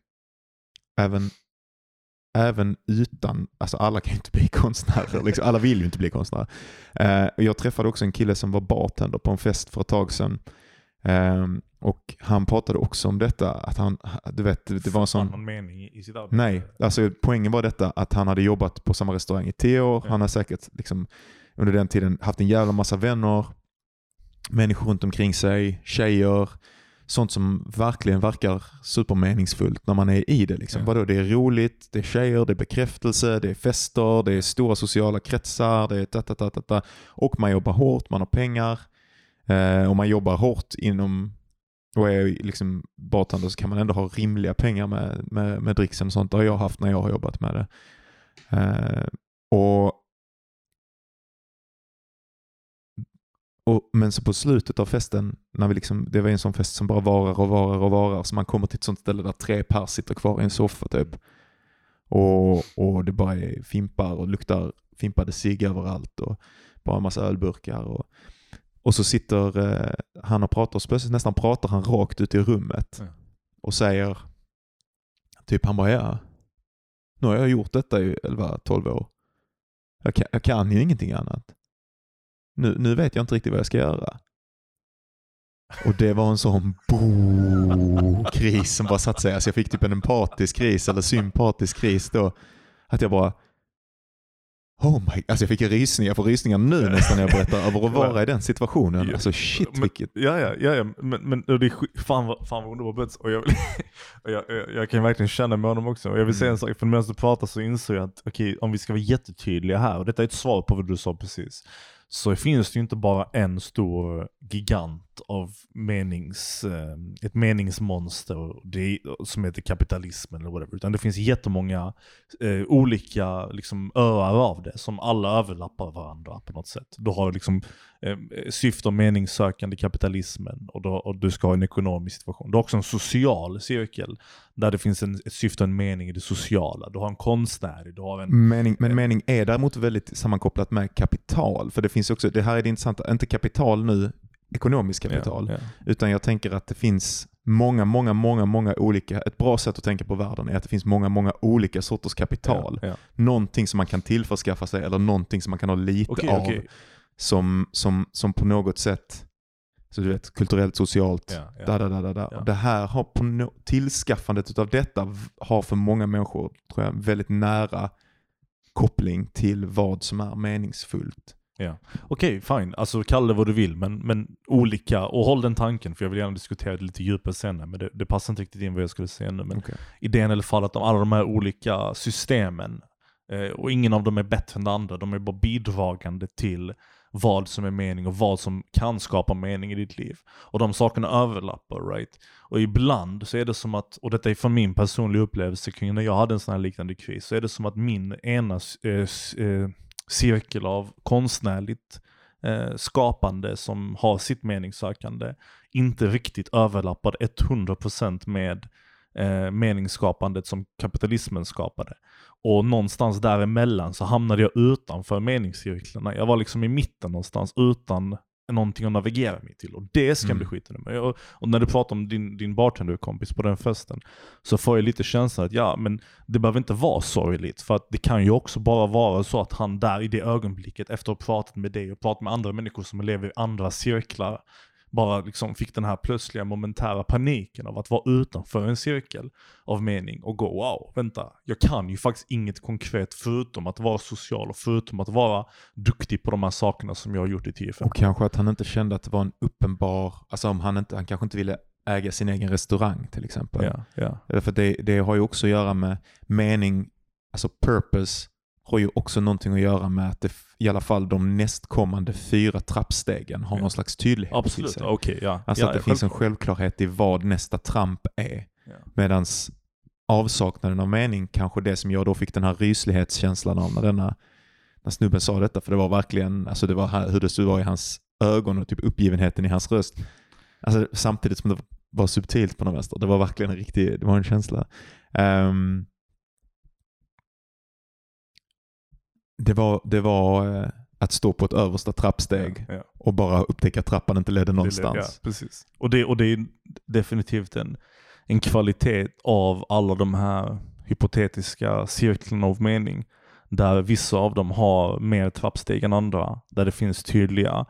även utan, alltså alla kan ju inte bli konstnärer, liksom, alla vill ju inte bli konstnärer. Jag träffade också en kille som var bartender på en fest för ett tag sedan. Och han pratade också om detta, att han, du vet, det var en sån mening i sitt arbete. Nej, alltså poängen var detta att han hade jobbat på samma restaurang i 10 år. Han har säkert liksom under den tiden haft en jävla massa vänner, människor runt omkring sig, tjejer, sånt som verkligen verkar supermeningsfullt när man är i det liksom. Vadå, det är roligt, det är tjejer, det är bekräftelse, det är fester, det är stora sociala kretsar, det är och man jobbar hårt, man har pengar. Och man jobbar hårt inom och är liksom bartender, så kan man ändå ha rimliga pengar med dricksen och sånt. Det har jag haft när jag har jobbat med det. Men så på slutet av festen, när vi liksom, det var en sån fest som bara varar, så man kommer till ett sånt ställe där 3 par sitter kvar i en soffa typ. Och det bara är fimpar och luktar fimpade cigg överallt och bara en massa ölburkar och så sitter han och pratar, och plötsligt nästan pratar han rakt ut i rummet och säger typ, han bara, ja, nu har jag gjort detta i 11-12 år. Jag kan ju ingenting annat. Nu vet jag inte riktigt vad jag ska göra. Och det var en sån kris som bara satt sig. Alltså jag fick typ en empatisk kris eller sympatisk kris då. Att jag bara, alltså jag fick jag får rysningar nu nästan när jag berättar över att vara i den situationen. Alltså shit, vilket... Men det är fan vad underbart. Och jag kan verkligen känna med honom också. Och jag vill säga en sak, för medan du pratar så inser jag att okej, om vi ska vara jättetydliga här, och detta är ett svar på vad du sa precis, så finns det ju inte bara en stor gigant av ett meningsmonster som heter kapitalismen eller whatever, utan det finns jättemånga olika liksom öar av det som alla överlappar varandra på något sätt. Du har liksom syfte och meningssökande kapitalismen, och du ska ha en ekonomisk situation. Du har också en social cirkel där det finns ett syfte och en mening i det sociala. Du har en konstnär, du har en... Mening är däremot väldigt sammankopplat med kapital, för det finns också, det här är det intressanta, inte kapital nu, ekonomisk kapital, utan jag tänker att det finns många olika, ett bra sätt att tänka på världen är att det finns många olika sorters kapital. Någonting som man kan tillförskaffa sig, eller någonting som man kan ha lite av. Som på något sätt, så du vet, kulturellt, socialt, Och det här har tillskaffandet av detta har för många människor, tror jag, väldigt nära koppling till vad som är meningsfullt. Okej, fine. Alltså kalla det vad du vill, men olika, och håll den tanken, för jag vill gärna diskutera det lite djupare senare, men det passar inte riktigt in vad jag skulle säga nu. Men idén i alla fall att alla de här olika systemen, och ingen av dem är bättre än det andra, de är bara bidragande till vad som är mening och vad som kan skapa mening i ditt liv. Och de sakerna överlappar, right? Och ibland så är det som att, och detta är från min personliga upplevelse kring när jag hade en sån här liknande kris, så är det som att min ena cirkel av konstnärligt skapande som har sitt meningssökande inte riktigt överlappar 100% med meningsskapandet som kapitalismen skapade. Och någonstans däremellan så hamnade jag utanför meningscirklarna. Jag var liksom i mitten någonstans utan någonting att navigera mig till. Och det ska bli skiten med. Och när du pratar om din bartenderkompis på den festen, så får jag lite känslan att ja, men det behöver inte vara sorgligt. För att det kan ju också bara vara så att han där i det ögonblicket, efter att ha pratat med dig och pratat med andra människor som lever i andra cirklar, bara liksom fick den här plötsliga momentära paniken av att vara utanför en cirkel av mening och gå, wow, vänta, jag kan ju faktiskt inget konkret förutom att vara social och förutom att vara duktig på de här sakerna som jag har gjort i TFN. Och kanske att han inte kände att det var en uppenbar, alltså om han kanske inte ville äga sin egen restaurang till exempel. Ja. För det har ju också att göra med mening, alltså purpose har ju också någonting att göra med att det, i alla fall de nästkommande 4 trappstegen har någon slags tydlighet. Absolut, okej. Alltså att det finns en självklarhet i vad nästa tramp är. Ja. Medans avsaknaden av mening, kanske det som jag då fick den här ryslighetskänslan av när snubben sa detta, för det var verkligen, alltså det var hur det var i hans ögon och typ uppgivenheten i hans röst. Alltså samtidigt som det var subtilt på något vänster. Det var verkligen det var en känsla. Det var att stå på ett översta trappsteg och bara upptäcka att trappan inte ledde någonstans. Ja, precis. Och det är definitivt en kvalitet av alla de här hypotetiska cirklarna av mening, där vissa av dem har mer trappsteg än andra, där det finns tydliga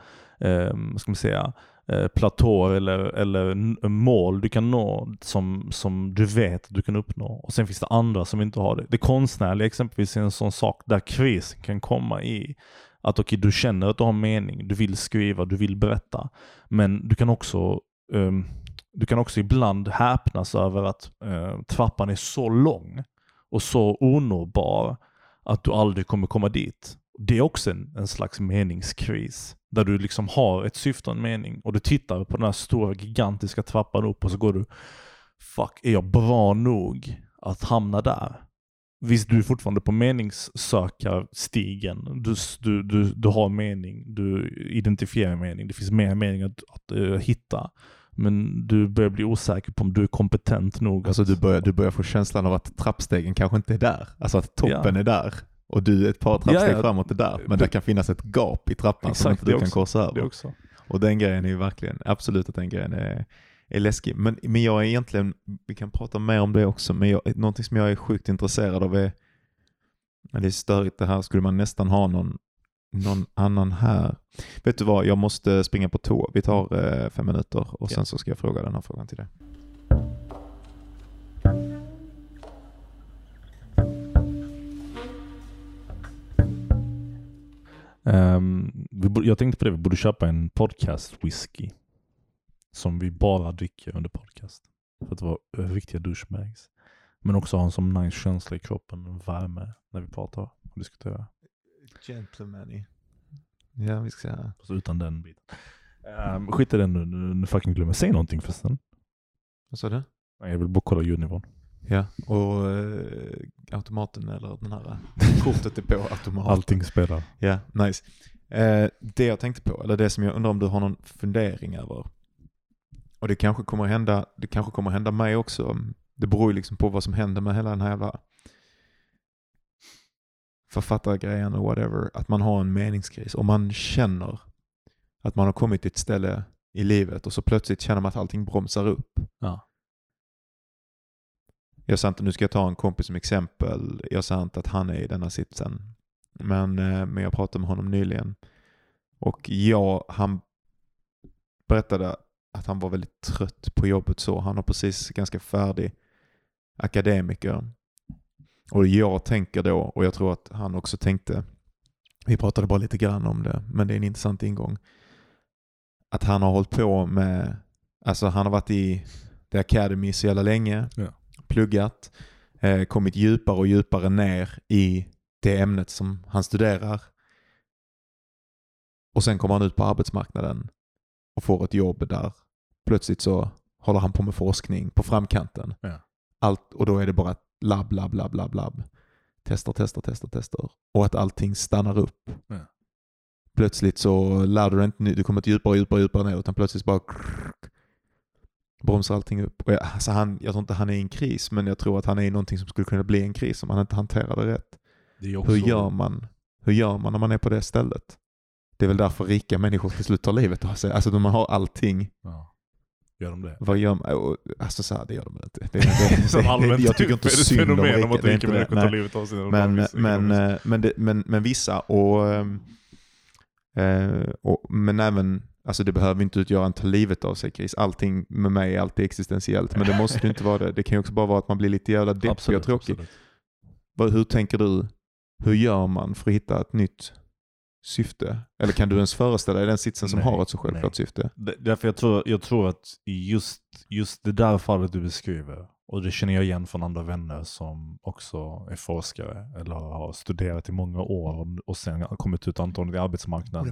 platåer eller mål du kan nå som du vet att du kan uppnå. Och sen finns det andra som inte har det. Det konstnärliga exempelvis är en sån sak där krisen kan komma i att okej, du känner att du har mening, du vill skriva, du vill berätta, men du kan också ibland häpnas över att trappan är så lång och så onåbar att du aldrig kommer komma dit. Det är också en slags meningskris, där du liksom har ett syfte och en mening och du tittar på den här stora gigantiska trappan upp och så går du, fuck, är jag bra nog att hamna där? Visst, du är fortfarande på meningssökarstigen, du har mening, du identifierar mening, det finns mer mening att hitta, men du börjar bli osäker på om du är kompetent nog. Alltså du börjar få känslan av att trappstegen kanske inte är där, alltså att toppen är där. Och du är ett par trappsteg framåt är där. Men det kan finnas ett gap i trappan som inte du kan korsa över. Det också. Och den grejen är ju verkligen, absolut att den grejen är läskig. Men jag är egentligen, vi kan prata mer om det också, men någonting som jag är sjukt intresserad av är, det är störigt det här, skulle man nästan ha någon annan här. Vet du vad, jag måste springa på toa. Vi tar 5 minuter och sen så ska jag fråga den här frågan till dig. Jag tänkte på det, vi borde köpa en podcast whisky som vi bara dricker under podcast, för att vara riktiga douchebags, men också ha en som nice känsla i kroppen och värme när vi pratar och diskuterar. Gentleman. Ja, vi ska säga. Så utan den biten. Skit i den nu fucking glömmer. Säg någonting förresten. Vad sa du? Jag vill bara kolla ljudnivån. Ja, och automaten eller den här kortet är på automaten. Allting spelar. Ja, nice. Det jag tänkte på, eller det som jag undrar om du har någon fundering över. Och det kanske kommer hända mig också. Det beror ju liksom på vad som händer med hela den här jävla författargrejen och whatever. Att man har en meningskris. Och man känner att man har kommit till ett ställe i livet och så plötsligt känner man att allting bromsar upp. Ja. Jag sa inte, nu ska jag ta en kompis som exempel. Jag sa inte att han är i denna sitsen. Men jag pratade med honom nyligen. Och han berättade att han var väldigt trött på jobbet så. Han har precis ganska färdig akademiker. Och jag tänker då, och jag tror att han också tänkte, vi pratade bara lite grann om det, men det är en intressant ingång. Att han har hållit på med, alltså han har varit i The Academy så jävla länge. Ja. Pluggat, kommit djupare och djupare ner i det ämnet som han studerar. Och sen kommer han ut på arbetsmarknaden och får ett jobb där. Plötsligt så håller han på med forskning på framkanten. Ja. Och då är det bara labb. Testar. Och att allting stannar upp. Ja. Plötsligt så lär du inte, du kommer inte djupare ner, utan plötsligt bara bromsar allting upp. Och jag tror inte han är i en kris, men jag tror att han är i någonting som skulle kunna bli en kris om han inte hanterar det rätt. Det är också... Hur gör man när man är på det stället? Det är väl därför rika människor till slut tar livet av sig. Alltså de har allting. Ja. Gör de det? Vad gör man? Alltså så här, det gör de inte. Jag tycker inte synd om rika. Att rika människor tar livet av sig. Men vissa men även, alltså det behöver inte utgöra en ta livet av sig kris. Allting med mig är alltid existentiellt. Men det måste inte vara det. Det kan ju också bara vara att man blir lite jävla deppig och tråkig. Hur tänker du? Hur gör man för att hitta ett nytt syfte? Eller kan du ens föreställa dig den sitsen som har ett så självklart syfte? Därför jag tror att just det där fallet du beskriver, och det känner jag igen från andra vänner som också är forskare eller har studerat i många år och sen kommit ut antagligen i arbetsmarknaden.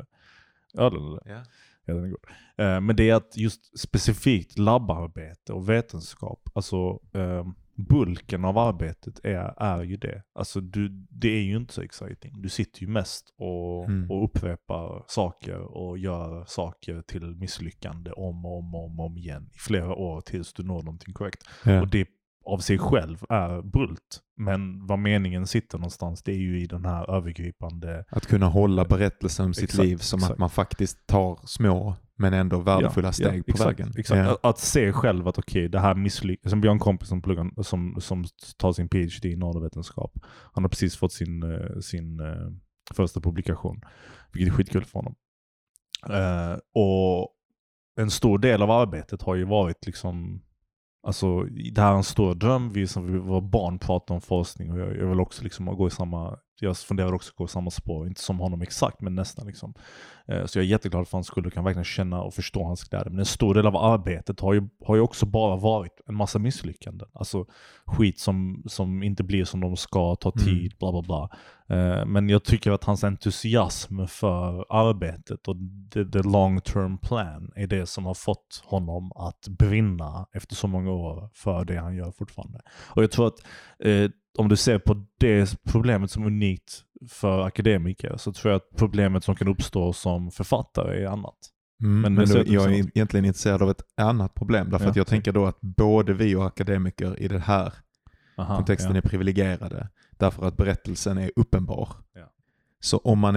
Den är god. Men det är att just specifikt labbarbete och vetenskap, alltså bulken av arbetet är ju det. Alltså det är ju inte så exciting. Du sitter ju mest och upprepar saker och gör saker till misslyckande om igen i flera år tills du når någonting korrekt. Ja. Och det av sig själv är brult. Men vad meningen sitter någonstans, det är ju i den här övergripande... Att kunna hålla berättelsen om sitt liv som att man faktiskt tar små men ändå värdefulla steg på vägen. Exakt. Ja. Att se själv att det här misslyckas. Som Björn kompis som pluggar, som tar sin PhD i neurovetenskap. Han har precis fått sin första publikation. Vilket är skitkul för honom. Och en stor del av arbetet har ju varit liksom... Alltså, det här är en stor dröm. Vi var barn pratar om forskning och jag vill också liksom gå i samma... Jag funderar också gå i samma spår. Inte som honom exakt, men nästan liksom. Så jag är jätteglad för hans skull och kan verkligen känna och förstå hans glädje. Men en stor del av arbetet har ju också bara varit en massa misslyckanden. Alltså skit som inte blir som de ska, ta tid, bla bla bla. Men jag tycker att hans entusiasm för arbetet och the long term plan är det som har fått honom att brinna efter så många år för det han gör fortfarande. Och jag tror att om du ser på det problemet som är unikt för akademiker, så tror jag att problemet som kan uppstå som författare är annat. Men jag är egentligen intresserad av ett annat problem. Därför att jag tänker då att både vi och akademiker i den här kontexten är privilegierade. Därför att berättelsen är uppenbar. Ja. Så om man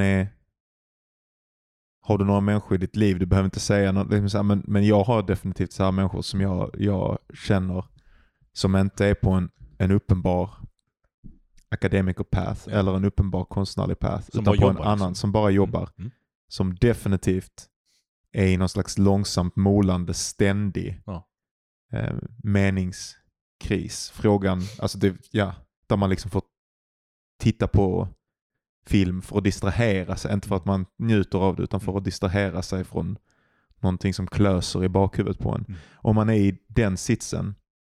har du några människor i ditt liv, du behöver inte säga något, men jag har definitivt så här människor som jag känner som inte är på en uppenbar academic path eller en uppenbar konstnärlig path, som utan på en annan som bara jobbar. Som definitivt är i någon slags långsamt molande ständig meningskris. Frågan, alltså där man liksom får titta på film för att distrahera sig, inte för att man njuter av det utan för att distrahera sig från någonting som klöser i bakhuvudet på en. Om man är i den sitsen,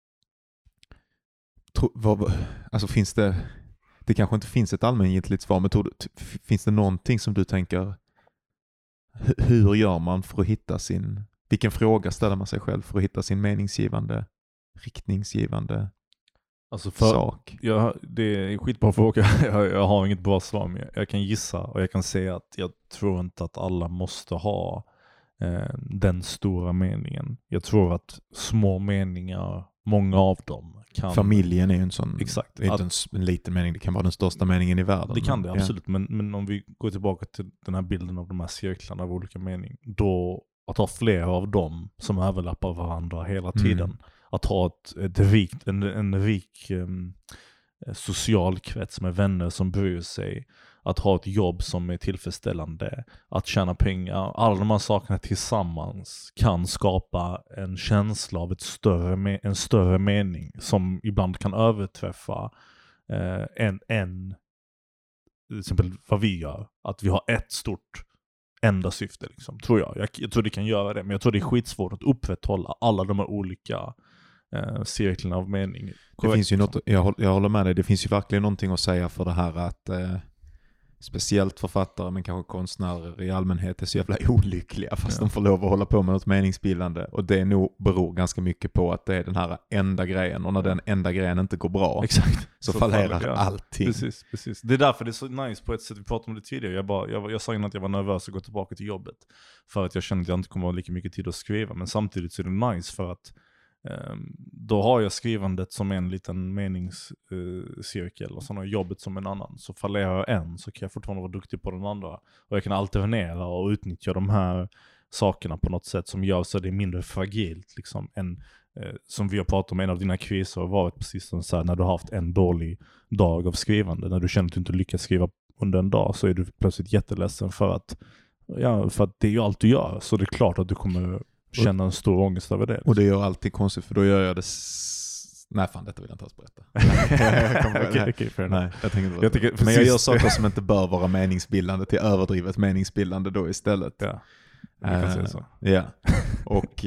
alltså finns det kanske inte finns ett allmängiltigt svar, men finns det någonting som du tänker, hur gör man för att hitta vilken fråga ställer man sig själv för att hitta sin meningsgivande, riktningsgivande sak? Det är en skitbra fråga. Jag har inget bra svar, men jag kan gissa och jag kan säga att jag tror inte att alla måste ha den stora meningen. Jag tror att små meningar, många av dem kan... Familjen är ju en sån... Exakt. Det är inte en liten mening, det kan vara den största meningen i världen. Det kan det, absolut. Men om vi går tillbaka till den här bilden av de här cirklarna av olika mening, då att ha flera av dem som överlappar varandra hela tiden. Att ha en rik social krets med vänner som bryr sig. Att ha ett jobb som är tillfredsställande. Att tjäna pengar. Alla de här sakerna tillsammans kan skapa en känsla av en större mening som ibland kan överträffa till exempel vad vi gör. Att vi har ett stort enda syfte liksom, tror jag. Jag tror det kan göra det, men jag tror det är skitsvårt att upprätthålla alla de här olika cirklarna av mening. Det finns ju något, jag håller med dig, det finns ju verkligen någonting att säga för det här att speciellt författare men kanske konstnärer i allmänhet är så jävla olyckliga fast de får lov att hålla på med något meningsbildande, och det nog beror ganska mycket på att det är den här enda grejen, och när den enda grejen inte går bra så fallerar allting. Precis. Det är därför det är så nice på ett sätt, vi pratade om det tidigare. Jag sa innan att jag var nervös att gå tillbaka till jobbet för att jag kände att jag inte kommer ha lika mycket tid att skriva, men samtidigt så är det nice för att Då har jag skrivandet som en liten meningscirkel och sen har jag jobbet som en annan. Så fallerar jag en så kan jag fortfarande vara duktig på den andra. Och jag kan alternera och utnyttja de här sakerna på något sätt som gör så det är mindre fragilt. Liksom, som vi har pratat om, en av dina kriser har varit precis som så här, när du har haft en dålig dag av skrivande. När du känner att du inte lyckas skriva under en dag så är du plötsligt jätteledsen för att det är ju allt du gör. Så det är klart att du kommer känna en stor ångest över det. Och det gör alltid konstigt för då gör jag det... Nej fan, detta vill jag inte alls berätta. Nej, jag tänker inte. Men jag gör saker som inte bör vara meningsbildande till överdrivet meningsbildande då istället. Ja, vi kan säga så. Ja, och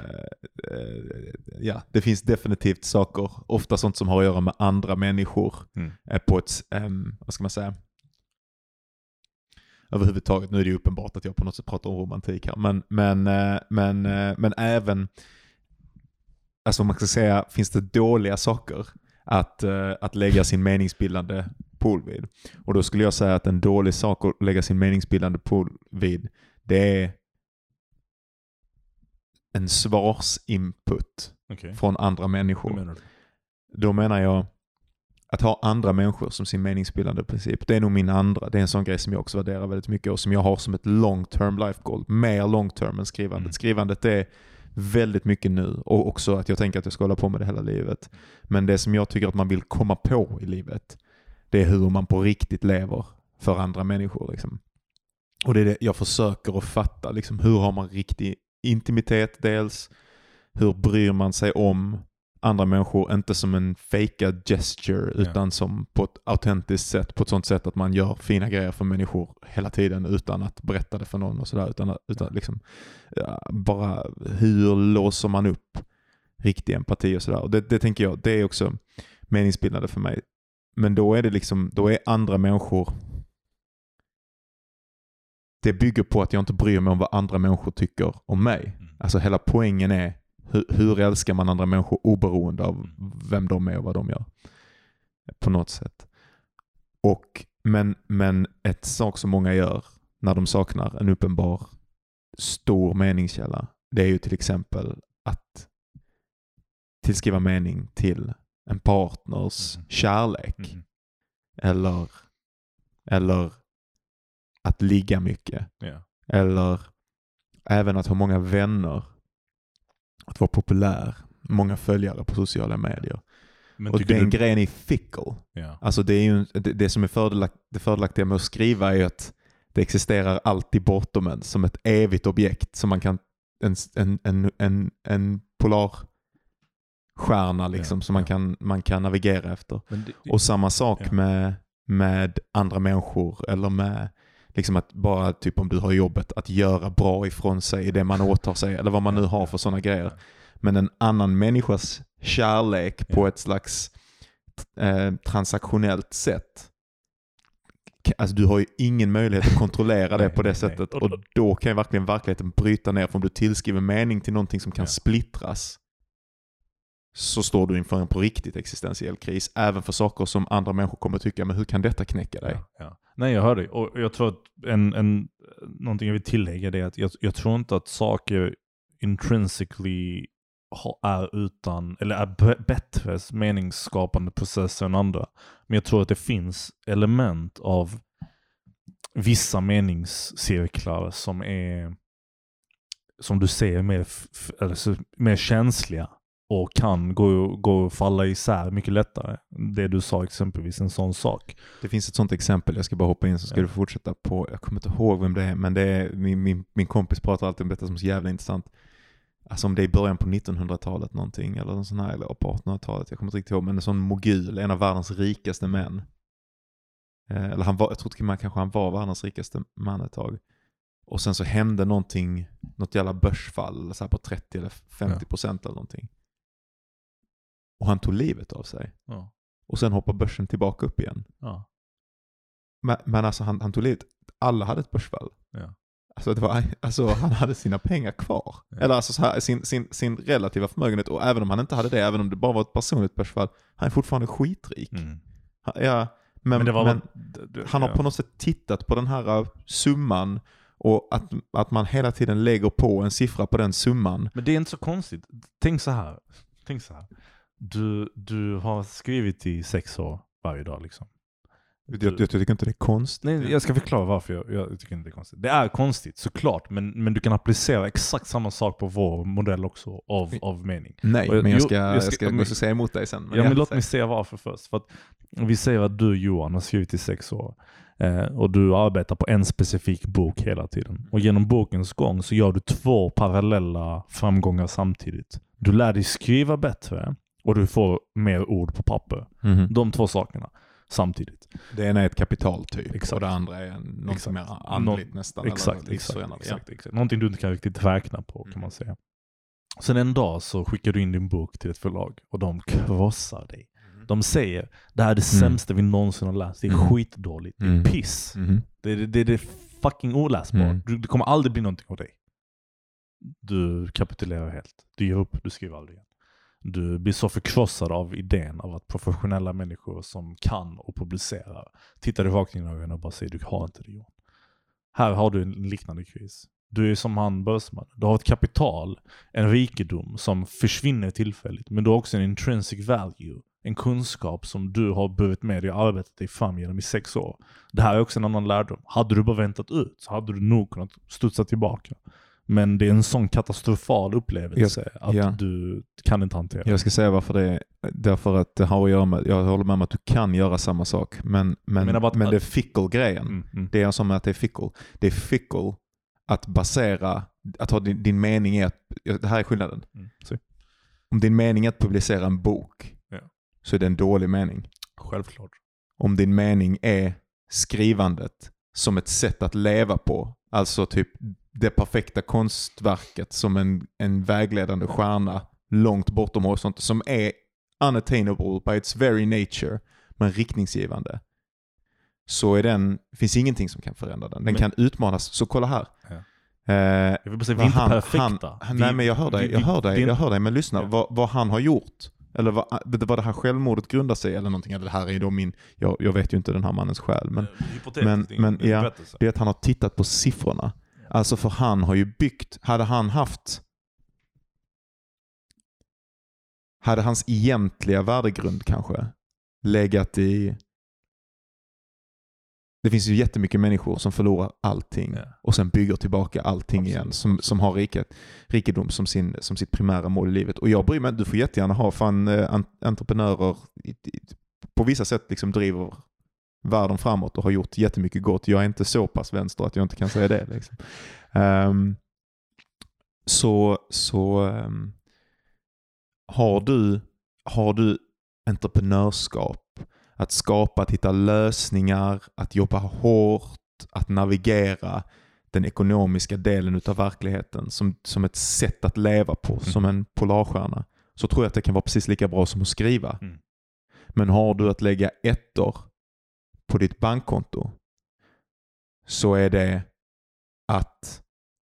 det finns definitivt saker, ofta sånt som har att göra med andra människor på ett, vad ska man säga, överhuvudtaget. Nu är det ju uppenbart att jag på något sätt pratar om romantik här, men även, alltså man ska säga, finns det dåliga saker att lägga sin meningsbildande pool vid. Och då skulle jag säga att en dålig sak att lägga sin meningsbildande pool vid, det är en svarsinput från andra människor. Då menar jag att ha andra människor som sin meningsbildande princip. Det är nog min andra. Det är en sån grej som jag också värderar väldigt mycket och som jag har som ett long term life goal. Mer long term än skrivandet. Skrivandet är väldigt mycket nu och också att jag tänker att jag ska hålla på med det hela livet. Men det som jag tycker att man vill komma på i livet, det är hur man på riktigt lever för andra människor. Liksom. Och det är det jag försöker att fatta. Liksom, hur har man riktig intimitet dels? Hur bryr man sig om andra människor? Inte som en fejkad gesture utan som på ett autentiskt sätt. På ett sånt sätt att man gör fina grejer för människor hela tiden utan att berätta det för någon och sådär. Utan liksom, bara hur låser man upp riktig empati och sådär. Och det tänker jag, det är också meningsbildande för mig. Men då är det liksom, då är andra människor, det bygger på att jag inte bryr mig om vad andra människor tycker om mig. Alltså hela poängen är hur älskar man andra människor oberoende av vem de är och vad de gör. På något sätt. Men ett sak som många gör när de saknar en uppenbar stor meningskälla, det är ju till exempel att tillskriva mening till en partners kärlek. Eller att ligga mycket. Eller även att ha många vänner. Att vara populär. Många följare på sociala medier. Och den grejen är fickle. Alltså det är ju det som är fördelaktiga med att skriva är ju att det existerar alltid bortom en som ett evigt objekt som man kan en polarstjärna liksom som man kan navigera efter. Och samma sak med andra människor eller med liksom att bara typ om du har jobbet att göra bra ifrån sig i det man åtar sig eller vad man nu har för sådana grejer. Men en annan människas kärlek på ett slags transaktionellt sätt. Alltså du har ju ingen möjlighet att kontrollera det på det sättet. Och då kan ju verkligen verkligheten bryta ner. För om du tillskriver mening till någonting som kan splittras så står du inför en på riktigt existentiell kris. Även för saker som andra människor kommer tycka, men hur kan detta knäcka dig? Nej, jag hör dig. Och jag tror att någonting jag vill tillägga är att jag tror inte att saker intrinsically är utan eller är bättre meningsskapande processer än andra. Men jag tror att det finns element av vissa meningscirklar som är, som du säger, mer känsliga och kan gå och falla isär mycket lättare. Det du sa exempelvis, en sån sak. Det finns ett sånt exempel, jag ska bara hoppa in så ska du fortsätta på, jag kommer inte ihåg vem det är, men det är min kompis pratar alltid om detta som är så jävla intressant. Alltså om det är i början på 1900-talet någonting eller någon sån här, eller på 1800-talet, jag kommer inte riktigt ihåg, men en sån mogul, en av världens rikaste män. Eller jag tror kanske han var världens rikaste man ett tag. Och sen så hände något jävla börsfall så här på 30 eller 50% eller någonting. Och han tog livet av sig. Ja. Och sen hoppar börsen tillbaka upp igen. Ja. Men alltså han tog livet. Alla hade ett börsfall. Ja. Alltså han hade sina pengar kvar. Ja. Eller alltså så här, sin relativa förmögenhet. Och även om han inte hade det, även om det bara var ett personligt börsfall, han är fortfarande skitrik. Mm. Men han har på något sätt tittat på den här summan och att man hela tiden lägger på en siffra på den summan. Men det är inte så konstigt. Tänk så här. tänk så här. Du har skrivit i 6 år varje dag liksom. Jag tycker inte det är konstigt. Nej, jag ska förklara varför jag tycker inte det är konstigt. Det är konstigt, såklart. Men du kan applicera exakt samma sak på vår modell också av mening. Nej, men jag ska säga emot dig sen. Men låt mig säga varför först. För att vi säger att du, Johan, har skrivit i 6 år. Och du arbetar på en specifik bok hela tiden. Och genom bokens gång så gör du 2 parallella framgångar samtidigt. Du lär dig skriva bättre och du får mer ord på papper. De 2 sakerna samtidigt. Det ena är ett kapital typ. Exakt. Och det andra är något mer andligt nästan. Exakt. Någonting du inte kan riktigt räkna på, kan man säga. Sen en dag så skickar du in din bok till ett förlag och de krossar dig. De säger, det här är det sämsta vi någonsin har läst. Det är skitdåligt. Det är piss. Det är fucking oläsbart. Det kommer aldrig bli någonting av dig. Du kapitulerar helt. Du ger upp, du skriver aldrig igen. Du blir så förkrossad av idén av att professionella människor som kan och publicerar tittar dig rakt in i ögonen och bara säger, du har inte det, Johan. Här har du en liknande kris. Du är som han börsman. Du har ett kapital, en rikedom som försvinner tillfälligt. Men du har också en intrinsic value. En kunskap som du har burit med dig och arbetat dig fram genom i 6 år. Det här är också en annan lärdom. Hade du bara väntat ut så hade du nog kunnat studsa tillbaka. Men det är en sån katastrofal upplevelse att du kan inte hantera. Jag ska säga varför det är. Därför att det har att göra med, jag håller med om att du kan göra samma sak. Men det är fickle-grejen. Det är som att det är fickle. Det är fickle att basera, att ha din mening är att, det här är skillnaden. Om din mening är att publicera en bok så är det en dålig mening. Självklart. Om din mening är skrivandet som ett sätt att leva på, alltså typ det perfekta konstverket som en vägledande stjärna långt bortom horisonten som är unattainable by its very nature men riktningsgivande, så är finns ingenting som kan förändra den. Den kan utmanas. Så kolla här. Jag vill bara säga, vi är inte perfekta. Nej, men jag hör dig, men lyssna. Vad han har gjort, eller vad det här självmordet grundar sig eller någonting, eller det här är då jag vet ju inte den här mannens själ, men det är att han har tittat på siffrorna. Alltså för han har ju byggt, hade hans egentliga värdegrund kanske legat i, det finns ju jättemycket människor som förlorar allting och sen bygger tillbaka allting igen, som har rikedom som sitt primära mål i livet. Och jag bryr mig, du får jättegärna ha entreprenörer på vissa sätt liksom driver världen framåt och har gjort jättemycket gott. Jag är inte så pass vänster att jag inte kan säga det. Liksom. Har du entreprenörskap, att skapa, att hitta lösningar, att jobba hårt, att navigera den ekonomiska delen av verkligheten som ett sätt att leva på, som en polarstjärna, så tror jag att det kan vara precis lika bra som att skriva. Men har du att lägga 1 år på ditt bankkonto, så är det att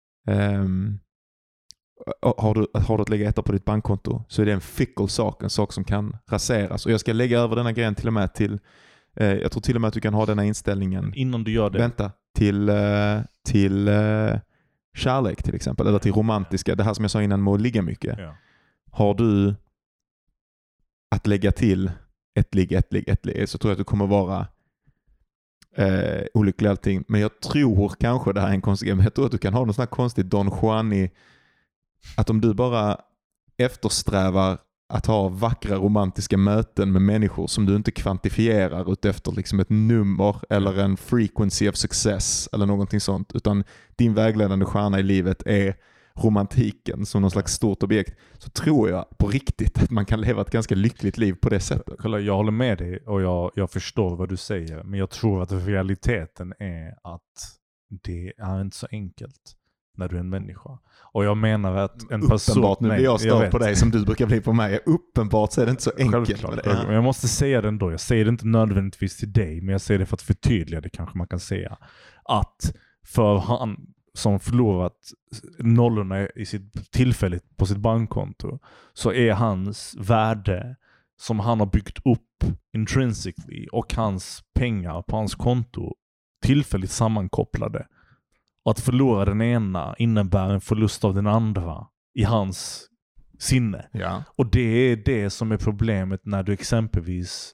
har du att lägga 1 år på ditt bankkonto, så är det en fickle sak, en sak som kan raseras. Och jag ska lägga över denna grejen till och med till jag tror till och med att du kan ha denna inställningen innan du gör det. Vänta, till kärlek till exempel, eller till romantiska, det här som jag sa innan med att ligga mycket. Har du att lägga till ett ligg, så tror jag att du kommer vara olycklig allting. Men jag tror kanske, det här är en konstig, men jag tror att du kan ha något sånt här konstigt Don Juan, att om du bara eftersträvar att ha vackra romantiska möten med människor som du inte kvantifierar utefter liksom ett nummer eller en frequency of success eller någonting sånt, utan din vägledande stjärna i livet är romantiken som någon slags stort objekt, så tror jag på riktigt att man kan leva ett ganska lyckligt liv på det sättet. Jag håller med dig och jag förstår vad du säger, men jag tror att realiteten är att det är inte så enkelt när du är en människa. Och jag menar att en person... Uppenbart, nu blir jag störd på dig som du brukar bli på mig. Uppenbart så är det inte så enkelt. Men jag måste säga det ändå. Jag säger det inte nödvändigtvis till dig, men jag säger det för att förtydliga det, kanske man kan säga. Att för han som förlorat nollorna tillfälligt på sitt bankkonto, så är hans värde som han har byggt upp intrinsically och hans pengar på hans konto tillfälligt sammankopplade. Och att förlora den ena innebär en förlust av den andra i hans sinne. Ja. Och det är det som är problemet när du exempelvis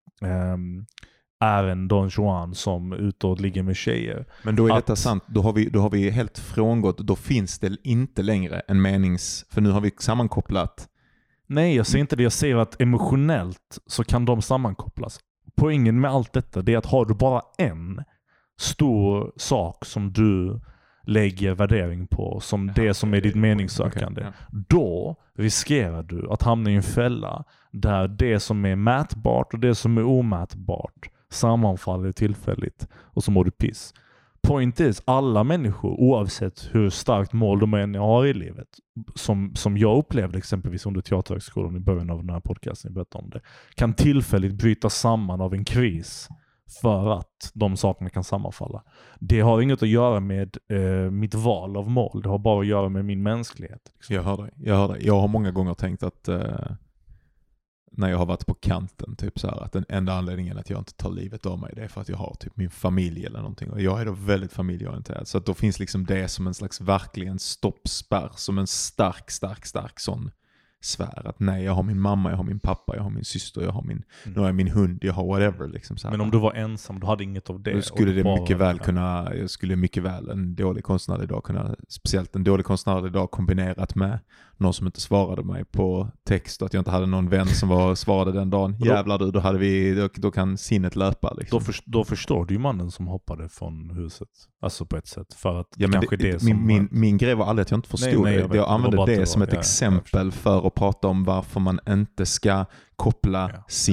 är en Don Juan som utåt ligger med tjejer. Men då är detta sant. Då har vi helt frångått. Då finns det inte längre en för nu har vi sammankopplat. Nej, jag säger inte det. Jag säger att emotionellt så kan de sammankopplas. Poängen med allt detta är att har du bara en stor sak som du lägger värdering på, som det som är ditt meningssökande, då riskerar du att hamna i en fälla där det som är mätbart och det som är omätbart sammanfaller tillfälligt och så mår du piss. Point is, alla människor, oavsett hur starkt mål de än har i livet, som jag upplevde exempelvis under teaterhögskolan i början av den här podcasten, jag berättade om det, kan tillfälligt bryta samman av en kris för att de sakerna kan sammanfalla. Det har inget att göra med mitt val av mål. Det har bara att göra med min mänsklighet. Liksom. Jag hör dig. Jag har många gånger tänkt att när jag har varit på kanten, typ så här, att den enda anledningen att jag inte tar livet av mig, det är för att jag har typ min familj eller någonting. Och jag är då väldigt familjeorienterad. Så att då finns liksom det som en slags verkligen stoppspärr, som en stark sån svär att nej, jag har min mamma, jag har min pappa, jag har min syster, jag har nu har jag min hund, jag har whatever liksom så här. Men om du var ensam, du hade inget av det. Då skulle det mycket väl kunna, jag skulle mycket väl en dålig konstnär idag kunna, speciellt en dålig konstnär idag kombinerat med någon som inte svarade mig på text och att jag inte hade någon vän som svarade den dagen. Jävlar du, då kan sinnet löpa liksom. Då förstår du ju mannen som hoppade från huset. Alltså på ett sätt. För att kanske det som... Min grej var aldrig att jag inte förstod det. Jag använde det som ett exempel för att prata om varför man inte ska koppla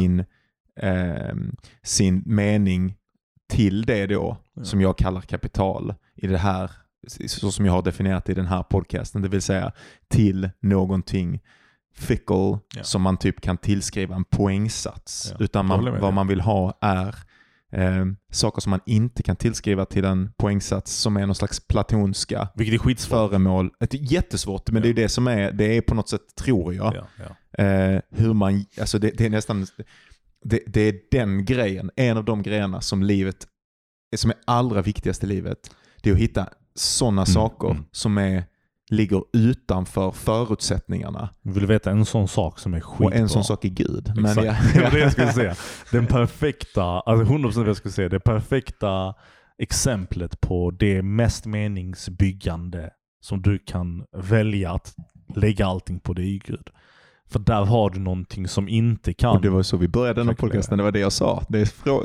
sin mening till det då, som jag kallar kapital i det här, så som jag har definierat i den här podcasten, det vill säga till någonting fickle som man typ kan tillskriva en poängsats, utan vad man vill ha är saker som man inte kan tillskriva till en poängsats som är någon slags platonska, vilket är skitsvårt föremål. Det är jättesvårt, men det är det som det är på något sätt, tror jag, hur man, alltså det är nästan det är den grejen, en av de grejerna som är allra viktigast i livet, det är att hitta sådana saker som ligger utanför förutsättningarna. Jag vill veta en sån sak som är skitbra. Och en sån sak är Gud. Men det var det jag skulle säga. Den perfekta, alltså 100% jag skulle säga, det perfekta exemplet på det mest meningsbyggande som du kan välja att lägga allting på, det är Gud. För där har du någonting som inte kan... Och det var så vi började den här podcasten, det var det jag sa. Det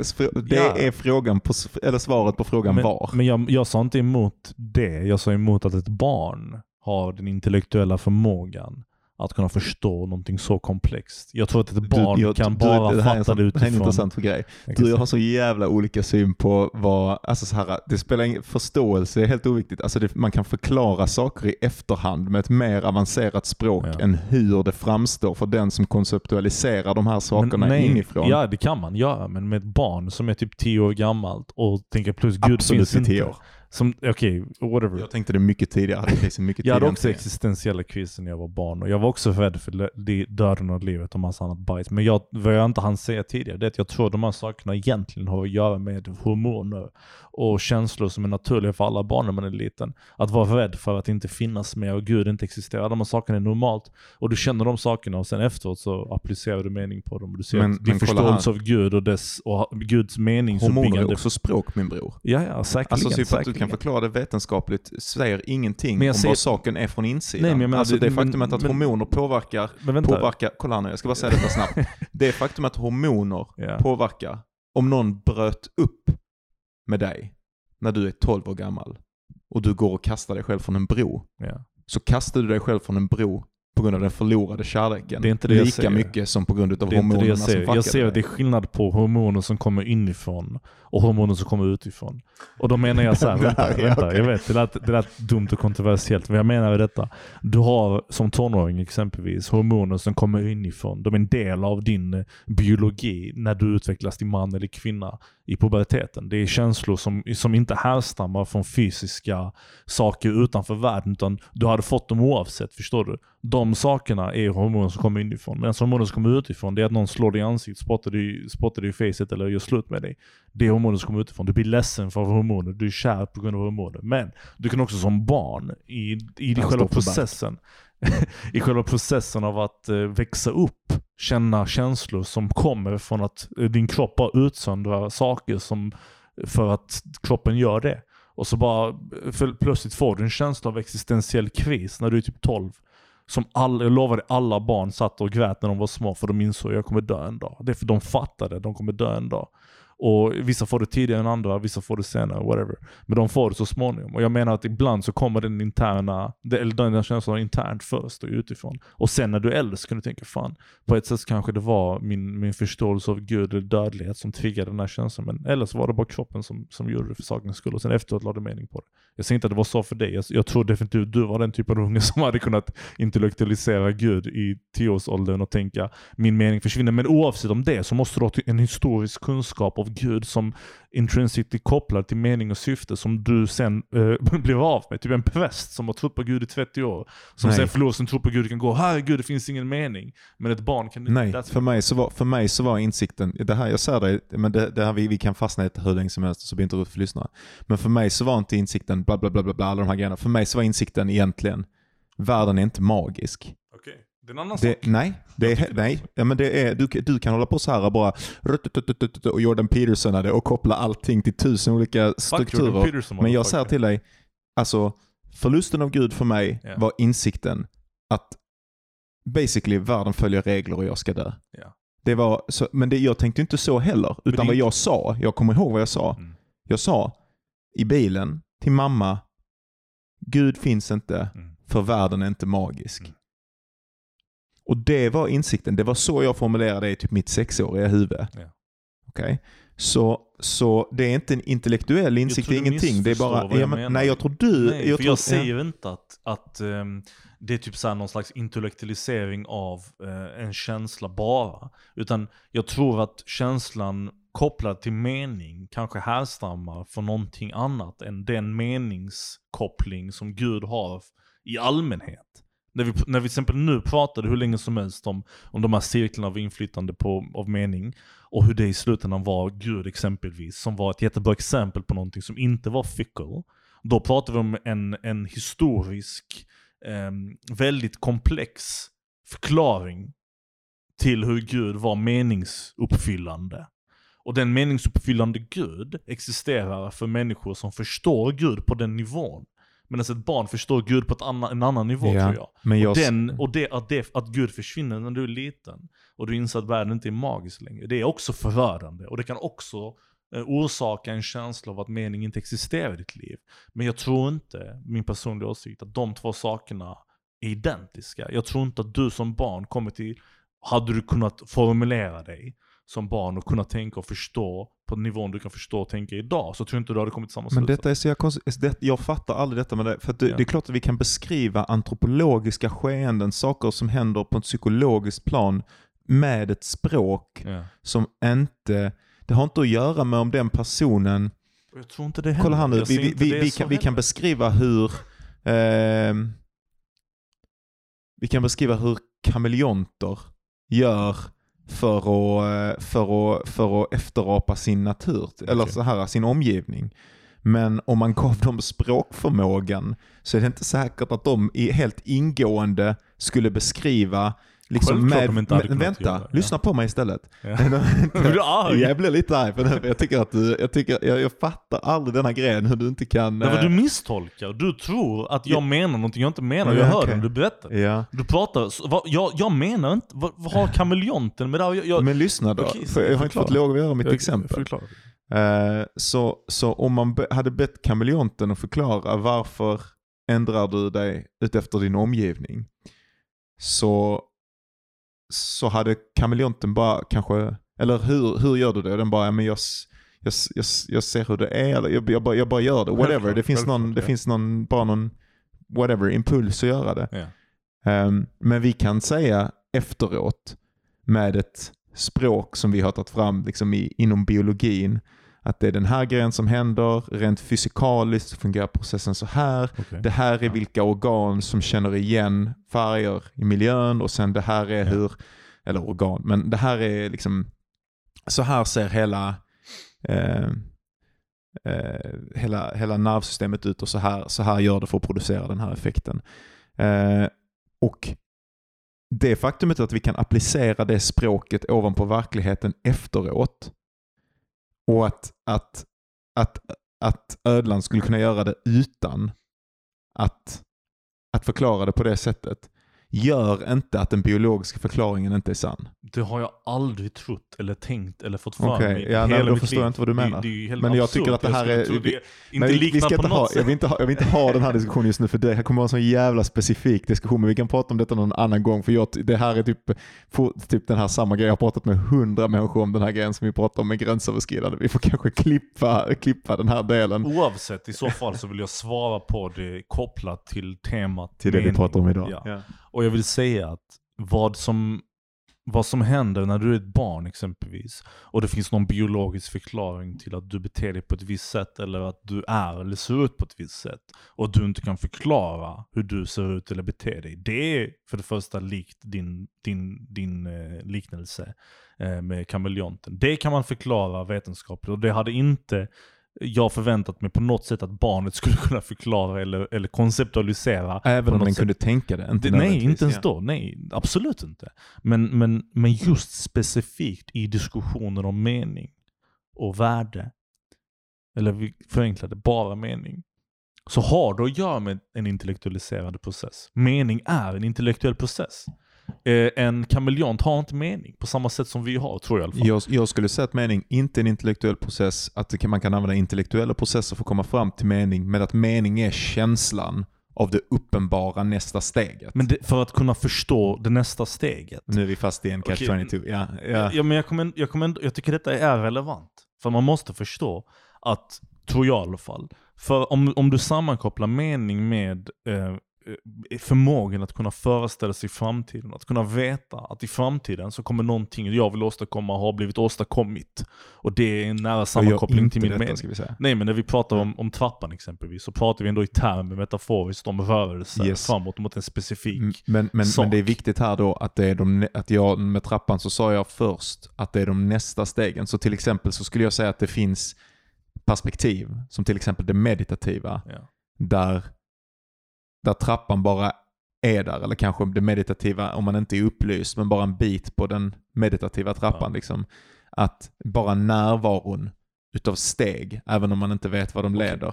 är frågan på, eller svaret på frågan var. Men jag sa inte emot det. Jag sa emot att ett barn har den intellektuella förmågan att kunna förstå någonting så komplext. Jag tror att ett barn kan bara fatta det utifrån... Det här är en intressant för grej. Jag har så jävla olika syn på vad... Alltså så här, det spelar ingen förståelse, är helt oviktigt. Alltså man kan förklara saker i efterhand med ett mer avancerat språk än hur det framstår för den som konceptualiserar de här sakerna inifrån. Ja, det kan man göra, men med ett barn som är typ 10 år gammalt och tänker plus Gud finns inte. 10 år. Whatever. Jag tänkte det mycket tidigare. Jag hade också existentiella kriser när jag var barn. Och jag var också rädd för döden och livet och massa annat bajs. Men vad jag inte hann säga tidigare, det är att jag tror att de här sakerna egentligen har att göra med hormoner och känslor som är naturliga för alla barn när man är liten. Att vara rädd för att inte finnas med och Gud inte existerar. De här sakerna är normalt. Och du känner de sakerna och sen efteråt så applicerar du mening på dem. Du ser din förståelse av Gud och Guds mening. Hormoner är också språk, min bror. Ja, säkerligen. Alltså typ att du kan förklara det vetenskapligt säger ingenting om vad saken är från insidan. Nej, men alltså det faktumet att hormoner påverkar, kolla nu, jag ska bara säga detta snabbt. Det faktum att hormoner påverkar, om någon bröt upp med dig när du är 12 år gammal och du går och kastar dig själv från en bro, så kastar du dig själv från en bro på grund av den förlorade kärleken. Det är inte det lika mycket som på grund av hormonerna som fuckade. Jag ser att det är skillnad på hormoner som kommer inifrån och hormoner som kommer utifrån. Och då menar jag så här, vänta, jag vet, det lät dumt och kontroversiellt, men jag menar ju detta. Du har som tonåring exempelvis hormoner som kommer inifrån. De är en del av din biologi när du utvecklas till man eller kvinna i puberteten. Det är känslor som inte härstammar från fysiska saker utanför världen, utan du hade fått dem oavsett, förstår du? De sakerna är hormoner som kommer inifrån. Men hormoner som kommer utifrån, det är att någon slår dig i ansiktet, spottar dig i facet eller gör slut med dig. Det är hormoner som kommer utifrån. Du blir ledsen för hormoner, du är kär på grund av hormoner. Men du kan också som barn i själva processen i själva processen av att växa upp, känna känslor som kommer från att din kropp bara utsöndrar saker som för att kroppen gör det. Och så bara plötsligt får du en känsla av existentiell kris när du är typ 12. Som jag lovade, alla barn satt och grät när de var små, för de insåg att jag kommer dö en dag. Det är för de fattade, de kommer dö en dag. Och vissa får det tidigare än andra, vissa får det senare, whatever. Men de får det så småningom. Och jag menar att ibland så kommer den känslan internt först och utifrån. Och sen när du är äldre så kan du tänka, fan, på ett sätt kanske det var min förståelse av Gud eller dödlighet som triggade den här känslan. Men eller så var det bara kroppen som gjorde det för sakens skull. Och sen efteråt lade mening på det. Jag säger inte att det var så för dig. Jag tror definitivt du var den typen av unge som hade kunnat intellektualisera Gud i 10-årsåldern och tänka, min mening försvinner. Men oavsett om det så måste du ha en historisk kunskap av Gud som intrinsically kopplad till mening och syfte som du sen blir av med. Typ en präst som har trott på Gud i 30 år. Som sen förlorar sin tro på Gud kan gå, herregud, det finns ingen mening. Men ett barn kan... Nej, för mig så var insikten, det här, jag säger det, men det här vi kan fastna i hur länge som helst så blir inte roligt för lyssnare. Men för mig så var inte insikten bla bla bla bla bla, alla de här grejerna. För mig så var insikten egentligen, världen är inte magisk. Okej. Det är en annan sak. Nej. Ja, men det är, du kan hålla på så här och bara och Jordan Peterson hade och koppla allting till 1000 olika strukturer. Men jag säger till dig, alltså förlusten av Gud för mig var insikten att basically världen följer regler och jag ska dö. Yeah. Det var så, men jag tänkte inte så heller, utan vad jag sa, jag kommer ihåg vad jag sa. Jag sa i bilen till mamma, Gud finns inte, för världen är inte magisk. Och det var insikten. Det var så jag formulerade det i typ mitt 6-åriga huvud. Yeah. Okej? Så det är inte en intellektuell insikt, det är ingenting. Det är bara... nej, jag tror du... Nej, jag säger inte att det är typ så här någon slags intellektualisering av en känsla bara. Utan jag tror att känslan kopplad till mening kanske härstammar från någonting annat än den meningskoppling som Gud har i allmänhet. När vi till exempel nu pratade hur länge som helst om de här cirklarna av inflytande av mening och hur det i slutändan var Gud exempelvis, som var ett jättebra exempel på någonting som inte var fickle. Då pratade vi om en historisk, väldigt komplex förklaring till hur Gud var meningsuppfyllande. Och den meningsuppfyllande Gud existerar för människor som förstår Gud på den nivån. Men alltså ett barn förstår Gud på en annan nivå, tror jag. Men att Gud försvinner när du är liten och du inser att världen inte är magisk längre, det är också förrörande. Och det kan också orsaka en känsla av att mening inte existerar i ditt liv. Men jag tror inte, min personliga åsikt, att de två sakerna är identiska. Jag tror inte att du som barn kommer till... Hade du kunnat formulera dig som barn och kunna tänka och förstå på nivån du kan förstå och tänka idag, så tror jag inte du hade kommit till samma slutsats. Men detta är så jag fattar aldrig detta med det. För att det är klart att vi kan beskriva antropologiska skeenden, saker som händer på ett psykologiskt plan med ett språk som inte... Det har inte att göra med om den personen... Jag tror inte det händer. Kolla här nu, vi kan beskriva hur... vi kan beskriva hur kameleonter gör för att efterapa sin natur, eller så här, sin omgivning. Men om man gav dem språkförmågan så är det inte säkert att de helt ingående skulle beskriva liksom vänta, lyssna på mig istället. Jag blir lite arg för det. Jag fattar aldrig den här grejen hur du inte kan... Du misstolkar. Du tror att jag menar någonting jag inte menar. Jag hör det du berättar. Ja. Du pratar... Jag menar inte... Vad har kameleonten med det? Men lyssna då. För jag har inte fått lov att göra mitt exempel. Så om man hade bett kameleonten att förklara varför ändrar du dig utefter din omgivning, så hade kameleonten bara kanske, eller hur gör du det? Den bara, men jag ser hur det är, eller jag bara gör det, whatever. Det finns någon whatever impuls att göra det. Men vi kan säga efteråt med ett språk som vi har tagit fram liksom inom biologin, att det är den här grejen som händer, rent fysikaliskt fungerar processen så här. Okay. Det här är vilka organ som känner igen färger i miljön, och sen det här är hur, eller organ, men det här är liksom, så här ser hela nervsystemet ut, och så här gör det för att producera den här effekten. Och det faktumet att vi kan applicera det språket ovanpå verkligheten efteråt och att ödlan skulle kunna göra det utan att förklara det på det sättet gör inte att den biologiska förklaringen inte är sann. Det har jag aldrig trott eller tänkt eller fått för mig. Då förstår jag inte vad du menar. Men jag tycker att det här är... Jag vill inte ha den här diskussionen just nu, för det här kommer vara en sån jävla specifik diskussion, men vi kan prata om detta någon annan gång, för det här är typ den här samma grej. Jag har pratat med 100 människor om den här grejen som vi pratar om med gränsöverskridande. Vi får kanske klippa den här delen. Oavsett, i så fall så vill jag svara på det kopplat till temat till det vi pratar om idag. Ja. Och jag vill säga att vad som händer när du är ett barn exempelvis och det finns någon biologisk förklaring till att du beter dig på ett visst sätt eller att du är eller ser ut på ett visst sätt och du inte kan förklara hur du ser ut eller beter dig. Det är för det första likt din liknelse med kameleonten. Det kan man förklara vetenskapligt, och det hade inte jag förväntat mig på något sätt att barnet skulle kunna förklara eller konceptualisera. Även om den kunde tänka det? Nej, inte ens då. Nej, absolut inte. Men just specifikt i diskussioner om mening och värde, eller vi förenklade bara mening, så har det att göra med en intellektualiserande process. Mening är en intellektuell process. En kameleont har inte mening på samma sätt som vi har, tror jag i alla fall. Jag skulle säga att mening inte är en intellektuell process, att man kan använda intellektuella processer för att komma fram till mening, men att mening är känslan av det uppenbara nästa steget. Men för att kunna förstå det nästa steget. Nu är vi fast i en catch-22. Ja, men jag tycker detta är relevant. För man måste förstå att, tror jag i alla fall, för om du sammankopplar mening med förmågan att kunna föreställa sig i framtiden, att kunna veta att i framtiden så kommer någonting jag vill åstadkomma ha blivit åstadkommit, och det är en nära sammankoppling till min mening. Nej, men när vi pratar om trappan exempelvis, så pratar vi ändå i termer metaforiskt om rörelser framåt mot en specifik men det är viktigt här då att det är att jag med trappan, så sa jag först att det är de nästa stegen. Så till exempel så skulle jag säga att det finns perspektiv som till exempel det meditativa, där trappan bara är där, eller kanske det meditativa om man inte är upplyst, men bara en bit på den meditativa trappan liksom. Att bara närvaron utav steg, även om man inte vet vad de leder,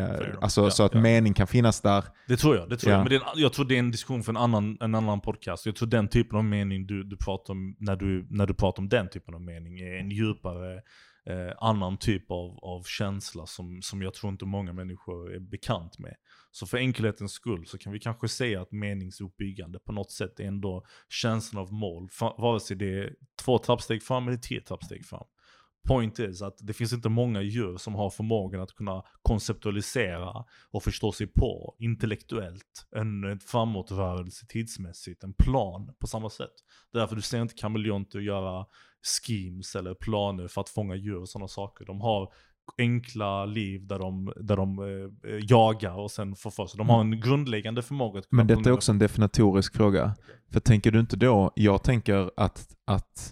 så att mening kan finnas där. Det tror jag. Men jag tror det är en diskussion för en annan podcast. Jag tror den typen av mening du pratar om när du pratar om den typen av mening är en djupare annan typ av känsla som jag tror inte många människor är bekant med. Så för enkelhetens skull så kan vi kanske säga att meningsuppbyggande på något sätt är ändå känslan av mål, vare sig det är 2 trappsteg fram eller 10 trappsteg fram. Point is att det finns inte många djur som har förmågan att kunna konceptualisera och förstå sig på intellektuellt en framåtrörelse tidsmässigt, en plan på samma sätt. Därför du ser inte kameleonter göra schemes eller planer för att fånga djur och sådana saker. De har enkla liv där de jagar och sen får för sig. De har en grundläggande förmåga att kunna. Men detta är också en definitorisk fråga. För tänker du inte då, jag tänker att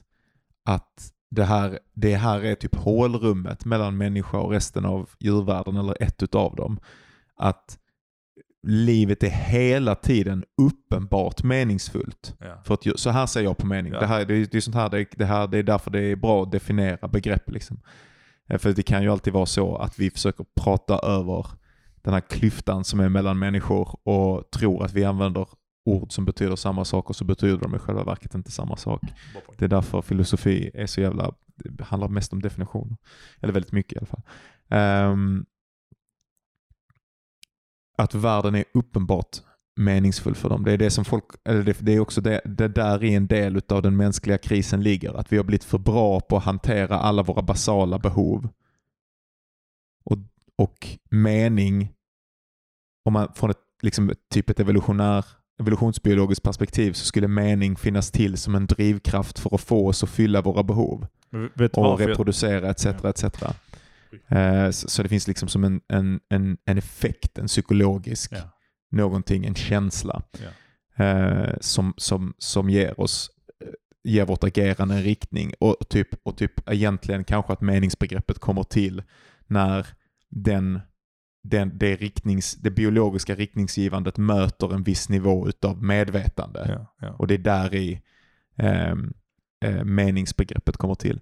det här är typ hålrummet mellan människa och resten av djurvärlden, eller ett utav dem. Att livet är hela tiden uppenbart meningsfullt. Ja. För att, så här ser jag på mening. Ja. Det är sånt här, det är därför det är bra att definiera begrepp liksom. För det kan ju alltid vara så att vi försöker prata över den här klyftan som är mellan människor och tror att vi använder ord som betyder samma sak, och så betyder de i själva verket inte samma sak. Det är därför filosofi är så jävla, det handlar mest om definitioner. Eller väldigt mycket i alla fall. Att världen är uppenbart meningsfull för dem. Det är det som folk, eller det är också det där är en del av den mänskliga krisen ligger. Att vi har blivit för bra på att hantera alla våra basala behov. Och mening, om man från ett evolutionsbiologiskt perspektiv, så skulle mening finnas till som en drivkraft för att få oss att fylla våra behov. Och reproducera etc. Så det finns liksom som en effekt, en psykologisk någonting, en känsla som ger vårt agerande en riktning, och typ egentligen kanske att meningsbegreppet kommer till när det biologiska riktningsgivandet möter en viss nivå utav medvetande. Och det är där i meningsbegreppet kommer till.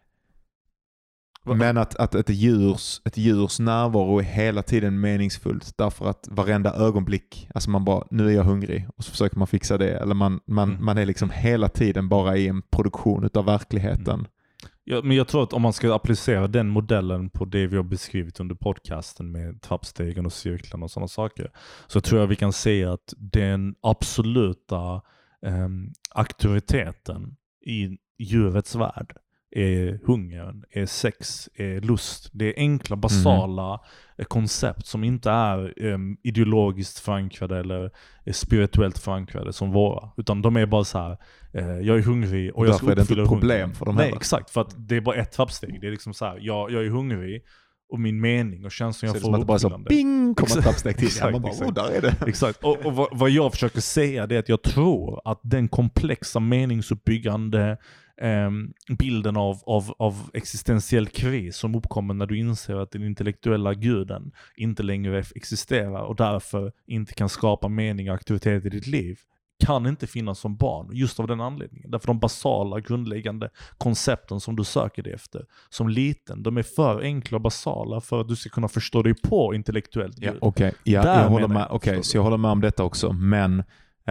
Men att ett djurs närvaro är hela tiden meningsfullt, därför att varenda ögonblick, alltså man bara, nu är jag hungrig, och så försöker man fixa det, eller man är liksom hela tiden bara i en produktion utav verkligheten. Ja, men jag tror att om man ska applicera den modellen på det vi har beskrivit under podcasten med trappstegen och cirklarna och sådana saker, så tror jag vi kan se att den absoluta auktoriteten i djurets värld är hungern, är sex, är lust. Det är enkla, basala koncept som inte är ideologiskt förankrade eller spirituellt förankrade som våra. Utan de är bara så här: jag är hungrig och jag ska uppfylla därför är det inte ett problem hungern. för dem Nej, heller. exakt. För att det är bara ett trappsteg. Det är liksom så här: jag är hungrig och min mening och känslan jag får uppfyllande. Så det är bara så, bing, kommer ett trappsteg till. Exakt, man bara, exakt. Där är det. Exakt. Och vad jag försöker säga är att jag tror att den komplexa meningsuppbyggande bilden av existentiell kris som uppkommer när du inser att den intellektuella guden inte längre existerar och därför inte kan skapa mening och aktivitet i ditt liv, kan inte finnas som barn, just av den anledningen. Därför de basala, grundläggande koncepten som du söker dig efter som liten, de är för enkla och basala för att du ska kunna förstå dig på intellektuellt gud. Jag håller med. Så jag håller med om detta också, men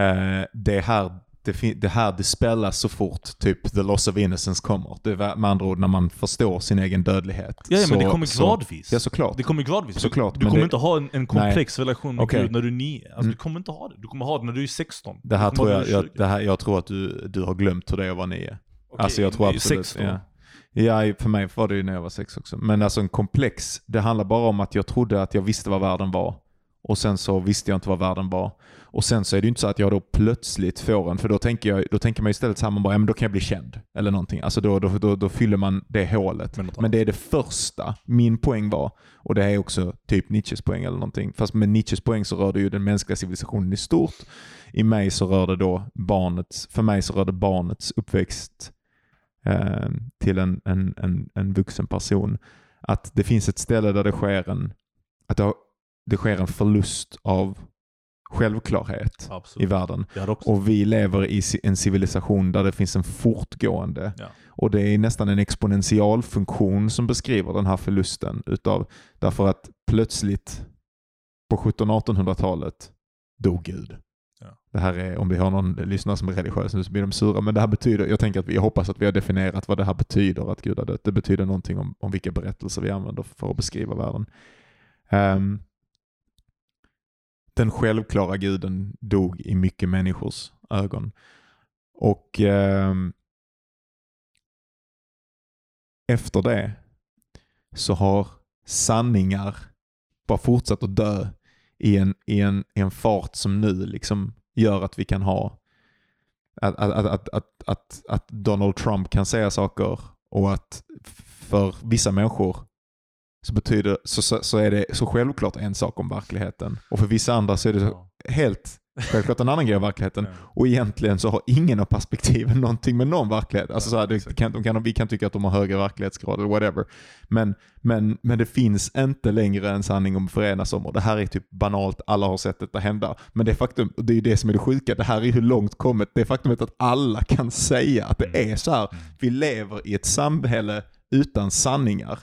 det här spelas så fort typ the loss of innocence kommer. Det är med andra ord när man förstår sin egen dödlighet. Men det kommer gradvis. Ja, såklart. Det kommer gradvis. Såklart, du kommer inte ha en komplex relation med Gud när du är 9. Alltså, du kommer inte ha det. Du kommer ha det när du är 16. Det här tror jag tror att du har glömt hur det är att vara 9. Alltså jag tror absolut 16. Ja, för mig var det ju när jag var 6 också. Men alltså en komplex, det handlar bara om att jag trodde att jag visste vad världen var. Och sen så visste jag inte vad världen var. Och sen så är det ju inte så att jag då plötsligt får en, för då tänker man istället så här, man bara, men då kan jag bli känd eller någonting. Alltså då fyller man det hålet. Men det är det första min poäng var, och det är också typ Nietzsches poäng eller någonting. Fast med Nietzsches poäng så rör det ju den mänskliga civilisationen i stort. I mig så rör det då barnets uppväxt till en vuxen person. Att det finns ett ställe där det sker en förlust av självklarhet. Absolut. I världen. Och vi lever i en civilisation där det finns en fortgående. Ja. Och det är nästan en exponentialfunktion som beskriver den här förlusten därför att plötsligt på 1700-1800-talet dog Gud. Ja. Det här är, om vi har någon lyssnare som är religiös nu så blir de sura, men det här betyder, jag hoppas att vi har definierat vad det här betyder, att Gud har dött. Det betyder någonting om vilka berättelser vi använder för att beskriva världen. Den självklara guden dog i mycket människors ögon. Och efter det så har sanningar bara fortsatt att dö i en fart som nu liksom gör att vi kan ha att Donald Trump kan säga saker, och att för vissa människor så är det så självklart en sak om verkligheten. Och för vissa andra så är det så helt självklart en annan grej av verkligheten. Och egentligen så har ingen av perspektiven någonting med någon verklighet. Alltså så här, vi kan tycka att de har högre verklighetsgrad eller whatever. Men det finns inte längre en sanning om förenas om. Och det här är typ banalt, alla har sett detta hända. Men det faktum, och det är ju det som är det sjuka, det här är hur långt kommet. Det faktumet att alla kan säga att det är så här. Vi lever i ett samhälle utan sanningar.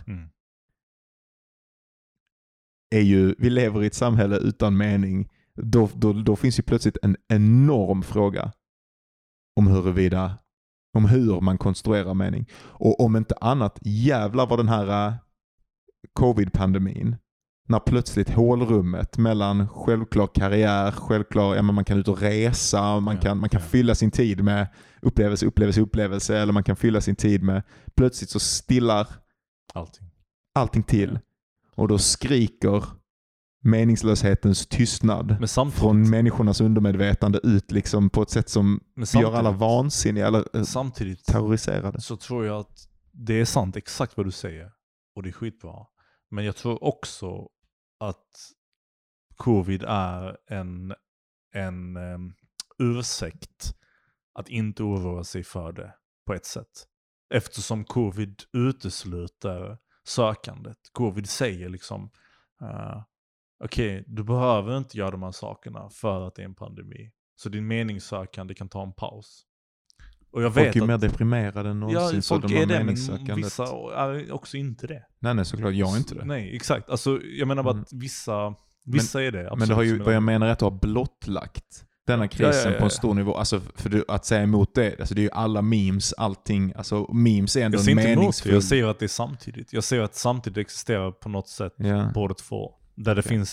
Vi lever i ett samhälle utan mening. Då finns ju plötsligt en enorm fråga om hur man konstruerar mening. Och om inte annat, jävlar var den här covid-pandemin, när plötsligt hålrummet mellan självklar karriär, man kan ut och resa, man kan fylla sin tid med upplevelse, eller man kan fylla sin tid med, plötsligt så stillar allting till. Och då skriker meningslöshetens tystnad från människornas undermedvetande ut liksom på ett sätt som gör alla vansinniga eller samtidigt terroriserade. Så tror jag att det är sant exakt vad du säger, och det är skitbra. Men jag tror också att covid är en ursäkt att inte oroa sig för det på ett sätt. Eftersom covid utesluter sökandet. Covid säger liksom okej, du behöver inte göra de här sakerna för att det är en pandemi. Så din meningssökande kan ta en paus. Och jag folk vet är mer deprimerade än någonsin. Ja, folk så är det, men vissa är också inte det. Nej, såklart. Jag är inte det. Nej, exakt. Alltså, jag menar bara att vissa är det. Absolut, men det har ju, vad jag menar är att du har blottlagt denna krisen på en stor nivå. Alltså, för att säga emot det, alltså det är ju alla memes, allting. Alltså memes är ändå en meningsfull... Jag säger att det är samtidigt. Jag säger att samtidigt existerar på något sätt båda två. Där det finns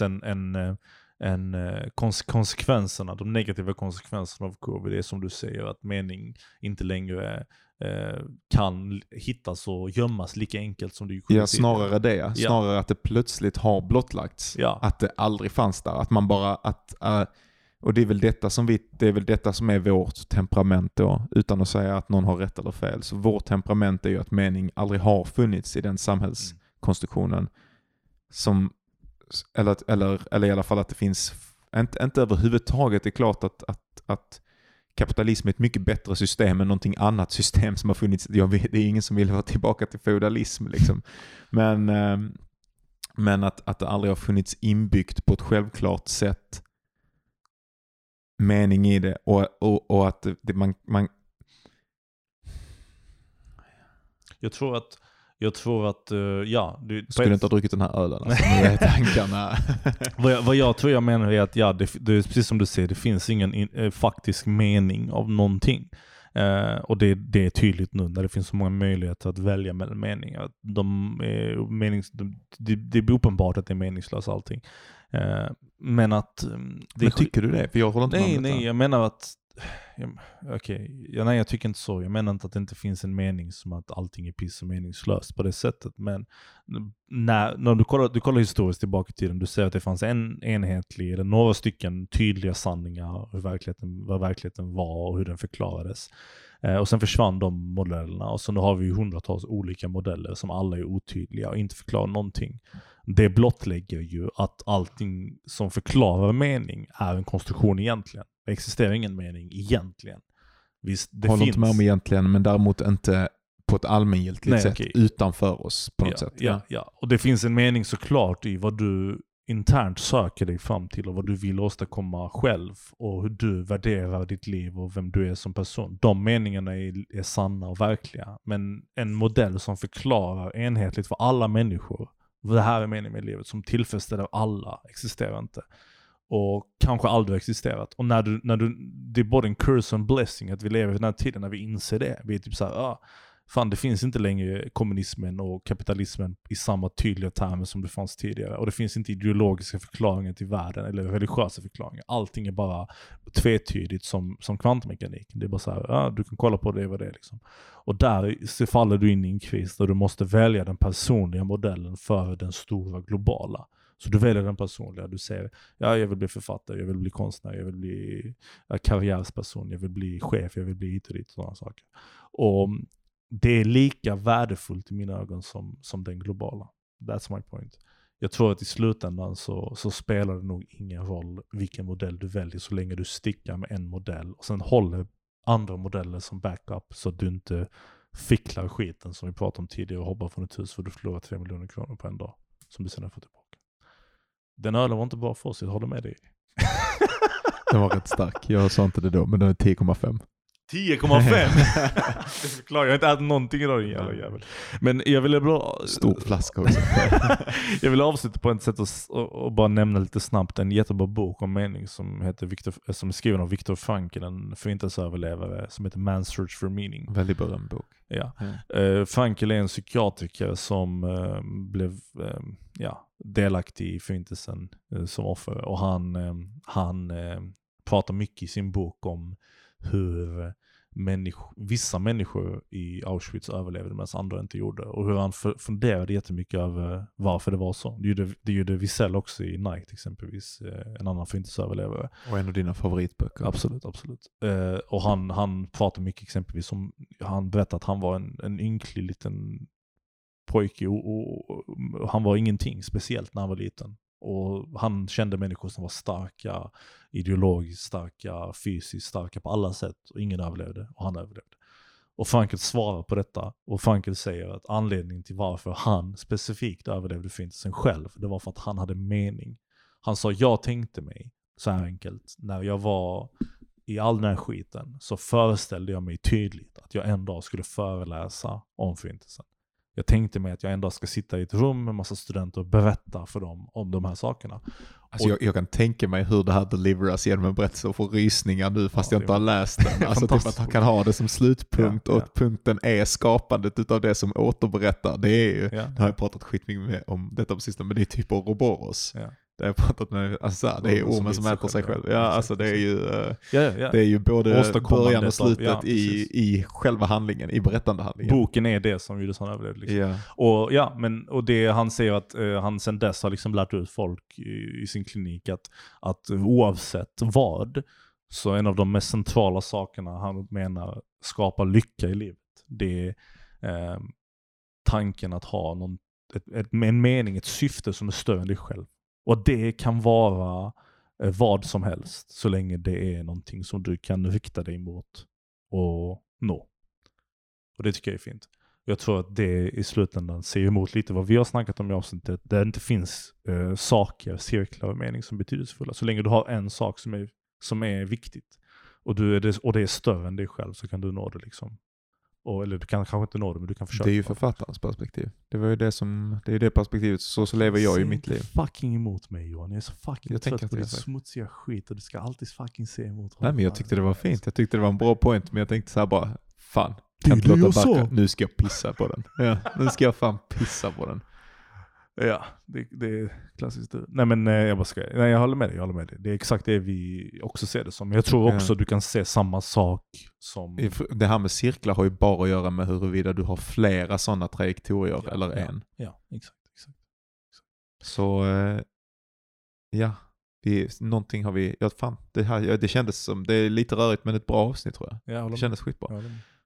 konsekvenserna, de negativa konsekvenserna av covid. Det är som du säger, att mening inte längre kan hittas och gömmas lika enkelt som du kunde. Ja, snarare det. Snarare att det plötsligt har blottlagts. Ja. Att det aldrig fanns där. Att man bara... och det är väl detta som är vårt temperament då. Utan att säga att någon har rätt eller fel. Så vårt temperament är ju att mening aldrig har funnits i den samhällskonstruktionen. Som... Eller i alla fall att det finns... Inte överhuvudtaget. Det är klart att kapitalism är ett mycket bättre system än någonting annat system som har funnits. Det är ingen som vill vara tillbaka till feudalism liksom. Men att det aldrig har funnits inbyggt på ett självklart sätt mening i det och att man Jag tror att skulle inte ha druckit den här ölen alltså, med är tankarna. vad jag tror jag menar är att det är precis som du säger, det finns ingen faktisk mening av någonting. Och det är tydligt nu när det finns så många möjligheter att välja mellan meningar. Det är uppenbart att det är meningslöst allting. Men att... Men tycker du det? För jag håller inte med. Nej, jag menar att... Nej, jag tycker inte så. Jag menar inte att det inte finns en mening som att allting är piss och meningslöst på det sättet. Men när du kollar historiskt tillbaka i tiden, du säger att det fanns en enhetlig eller några stycken tydliga sanningar vad verkligheten var och hur den förklarades. Och sen försvann de modellerna och så nu har vi hundratals olika modeller som alla är otydliga och inte förklarar någonting. Det blottlägger ju att allting som förklarar mening är en konstruktion egentligen. Det existerar ingen mening egentligen. Visst, det håller finns... inte med om egentligen, men däremot inte på ett allmängiltigt sätt utanför oss på något sätt. Ja. Och det finns en mening såklart i vad du internt söker dig fram till och vad du vill åstadkomma själv och hur du värderar ditt liv och vem du är som person. De meningarna är sanna och verkliga. Men en modell som förklarar enhetligt för alla människor vad det här är meningen med livet, som tillfredsställer alla, existerar inte. Och kanske aldrig existerat. Och när du det är både en curse och en blessing att vi lever i den här tiden när vi inser det. Vi är typ såhär, fan det finns inte längre kommunismen och kapitalismen i samma tydliga termer som det fanns tidigare. Och det finns inte ideologiska förklaringar till världen eller religiösa förklaringar. Allting är bara tvetydigt som kvantmekanik. Det är bara såhär, du kan kolla på det vad det är liksom. Och där så faller du in i en kris där du måste välja den personliga modellen för den stora globala. Så du väljer den personliga, du säger jag vill bli författare, jag vill bli konstnär, jag vill bli karriärsperson, jag vill bli chef, jag vill bli hit och dit och sådana saker. Och det är lika värdefullt i mina ögon som den globala. That's my point. Jag tror att i slutändan så spelar det nog ingen roll vilken modell du väljer så länge du stickar med en modell och sen håller andra modeller som backup så att du inte ficklar skiten som vi pratade om tidigare och hoppar från ett hus för du förlorar 3 miljoner kronor på en dag som du sen har fått tillbaka. Den ölen var inte bra för oss, jag håller med dig. Den var rätt stark. Jag sa inte det då, men den är 10,5. 10,5? Det förklarar jag inte ätit någonting idag, din jävla jävel. Men jag ville stor flaska också. Jag vill avsluta på ett sätt och bara nämna lite snabbt en jättebra bok om mening som är skriven av Viktor Frankl, en förintelseöverlevare, som heter Man's Search for Meaning. Väldigt berömd bok. Ja. Frankl är en psykiatriker som blev delaktig i förintelsen som offer, och han pratar mycket i sin bok om hur vissa människor i Auschwitz överlevde medan andra inte gjorde, och hur han funderade jättemycket över varför det var så. Det gjorde Wiesel också i Night exempelvis, en annan förintelseöverlevare. Och en av dina favoritböcker. Absolut. Och han pratar mycket exempelvis om, han berättade att han var en ynklig liten pojke och han var ingenting speciellt när han var liten. Och han kände människor som var starka, ideologiskt starka, fysiskt starka på alla sätt, och ingen överlevde, och han överlevde. Och Frankl svarar på detta, och Frankl säger att anledningen till varför han specifikt överlevde förintelsen själv, det var för att han hade mening. Han sa, jag tänkte mig så här enkelt. När jag var i all den här skiten så föreställde jag mig tydligt att jag en dag skulle föreläsa om Förintelsen. Jag tänkte mig att jag en dag ska sitta i ett rum med massa studenter och berätta för dem om de här sakerna. Alltså jag kan tänka mig hur det här deliveras genom en berättelse och få rysningar nu fast jag inte har läst den. Alltså typ att han kan ha det som slutpunkt och att punkten är skapandet utav det som återberättar. Det är ju, det har jag pratat skitmycket om detta på sistone, men det är typ Ouroboros. Ja. Det har jag pratat med, alltså det är ormen som äter sig själv. Ja, alltså det är ju, det är ju både början och slutet i själva handlingen, i berättande handlingen. Boken är det som gjorde sån överlevd. Liksom. Och det han säger att han sedan dess har liksom lärt ut folk i sin klinik att oavsett vad, så en av de mest centrala sakerna han menar skapar lycka i livet. Det är tanken att ha en mening, ett syfte som är större än dig själv. Och det kan vara vad som helst så länge det är någonting som du kan rikta dig mot och nå. Och det tycker jag är fint. Jag tror att det i slutändan ser emot lite vad vi har snackat om i avsnittet. Där det inte finns saker, cirklar och mening som är betydelsefulla. Så länge du har en sak som är viktigt och det är större än dig själv, så kan du nå det liksom. Eller du kan kanske inte nå det, men du kan försöka. Det är ju författarens perspektiv. Det var ju det är det perspektivet. Så lever jag i mitt liv. Fucking emot mig, Johan. Jag är så fucking trött på det smutsiga skit och du ska alltid fucking se emot. Nej, men jag tyckte det var fint. Jag tyckte det var en bra point, men jag tänkte så här bara, fan. Nu ska jag pissa på den. Ja, nu ska jag fan pissa på den. Ja, det är klassiskt. Nej, men jag håller med dig. Det är exakt det vi också ser det som. Jag tror också du kan se samma sak som... Det här med cirklar har ju bara att göra med huruvida du har flera sådana trajektorier eller en. Ja, exakt. Så någonting har vi... Ja, fan, det kändes som... Det är lite rörigt, men ett bra avsnitt tror jag. Det kändes skitbra.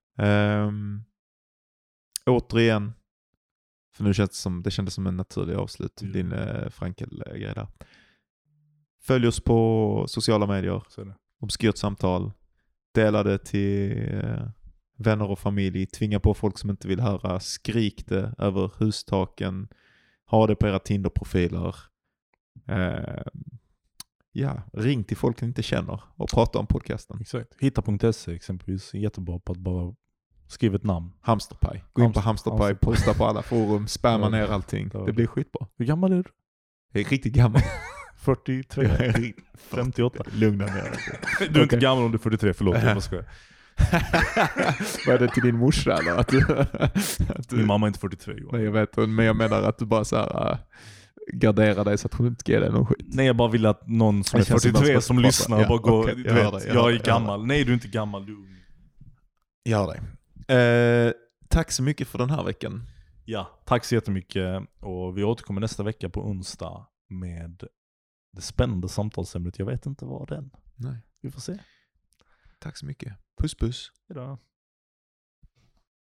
Återigen, för nu det kändes som en naturlig avslut. Din Frankel-grej där. Följ oss på sociala medier. Obskyrt samtal. Dela det till vänner och familj. Tvinga på folk som inte vill höra. Skrik det över hustaken. Ha det på era Tinder-profiler. Ring till folk ni inte känner och prata om podcasten. Exakt. Hitta.se exempelvis. Jättebra på att bara skriv ett namn. Hamsterpaj. Gå in på Hamsterpaj, posta på alla forum, spamma ner allting. Det blir skitbra. Hur gammal är du? Jag är riktigt gammal. 43. 58. Lugna ner. Du är inte gammal om du är 43, förlåt. Jag ska. Vad är det till din morsa eller? Att Min mamma är inte 43. Nej, jag vet. Men jag menar att du bara så här gardera dig så att hon inte ska ge dig någon skit. Nej, jag bara vill att någon som är 43 som lyssnar och bara går, jag är gammal. Nej, du är inte gammal. Du. Gör det. Tack så mycket för den här veckan. Ja, tack så jättemycket. Och vi återkommer nästa vecka på onsdag med det spännande samtalsämnet. Jag vet inte vad den. Nej. Vi får se. Tack så mycket. Puss puss. Hejdå.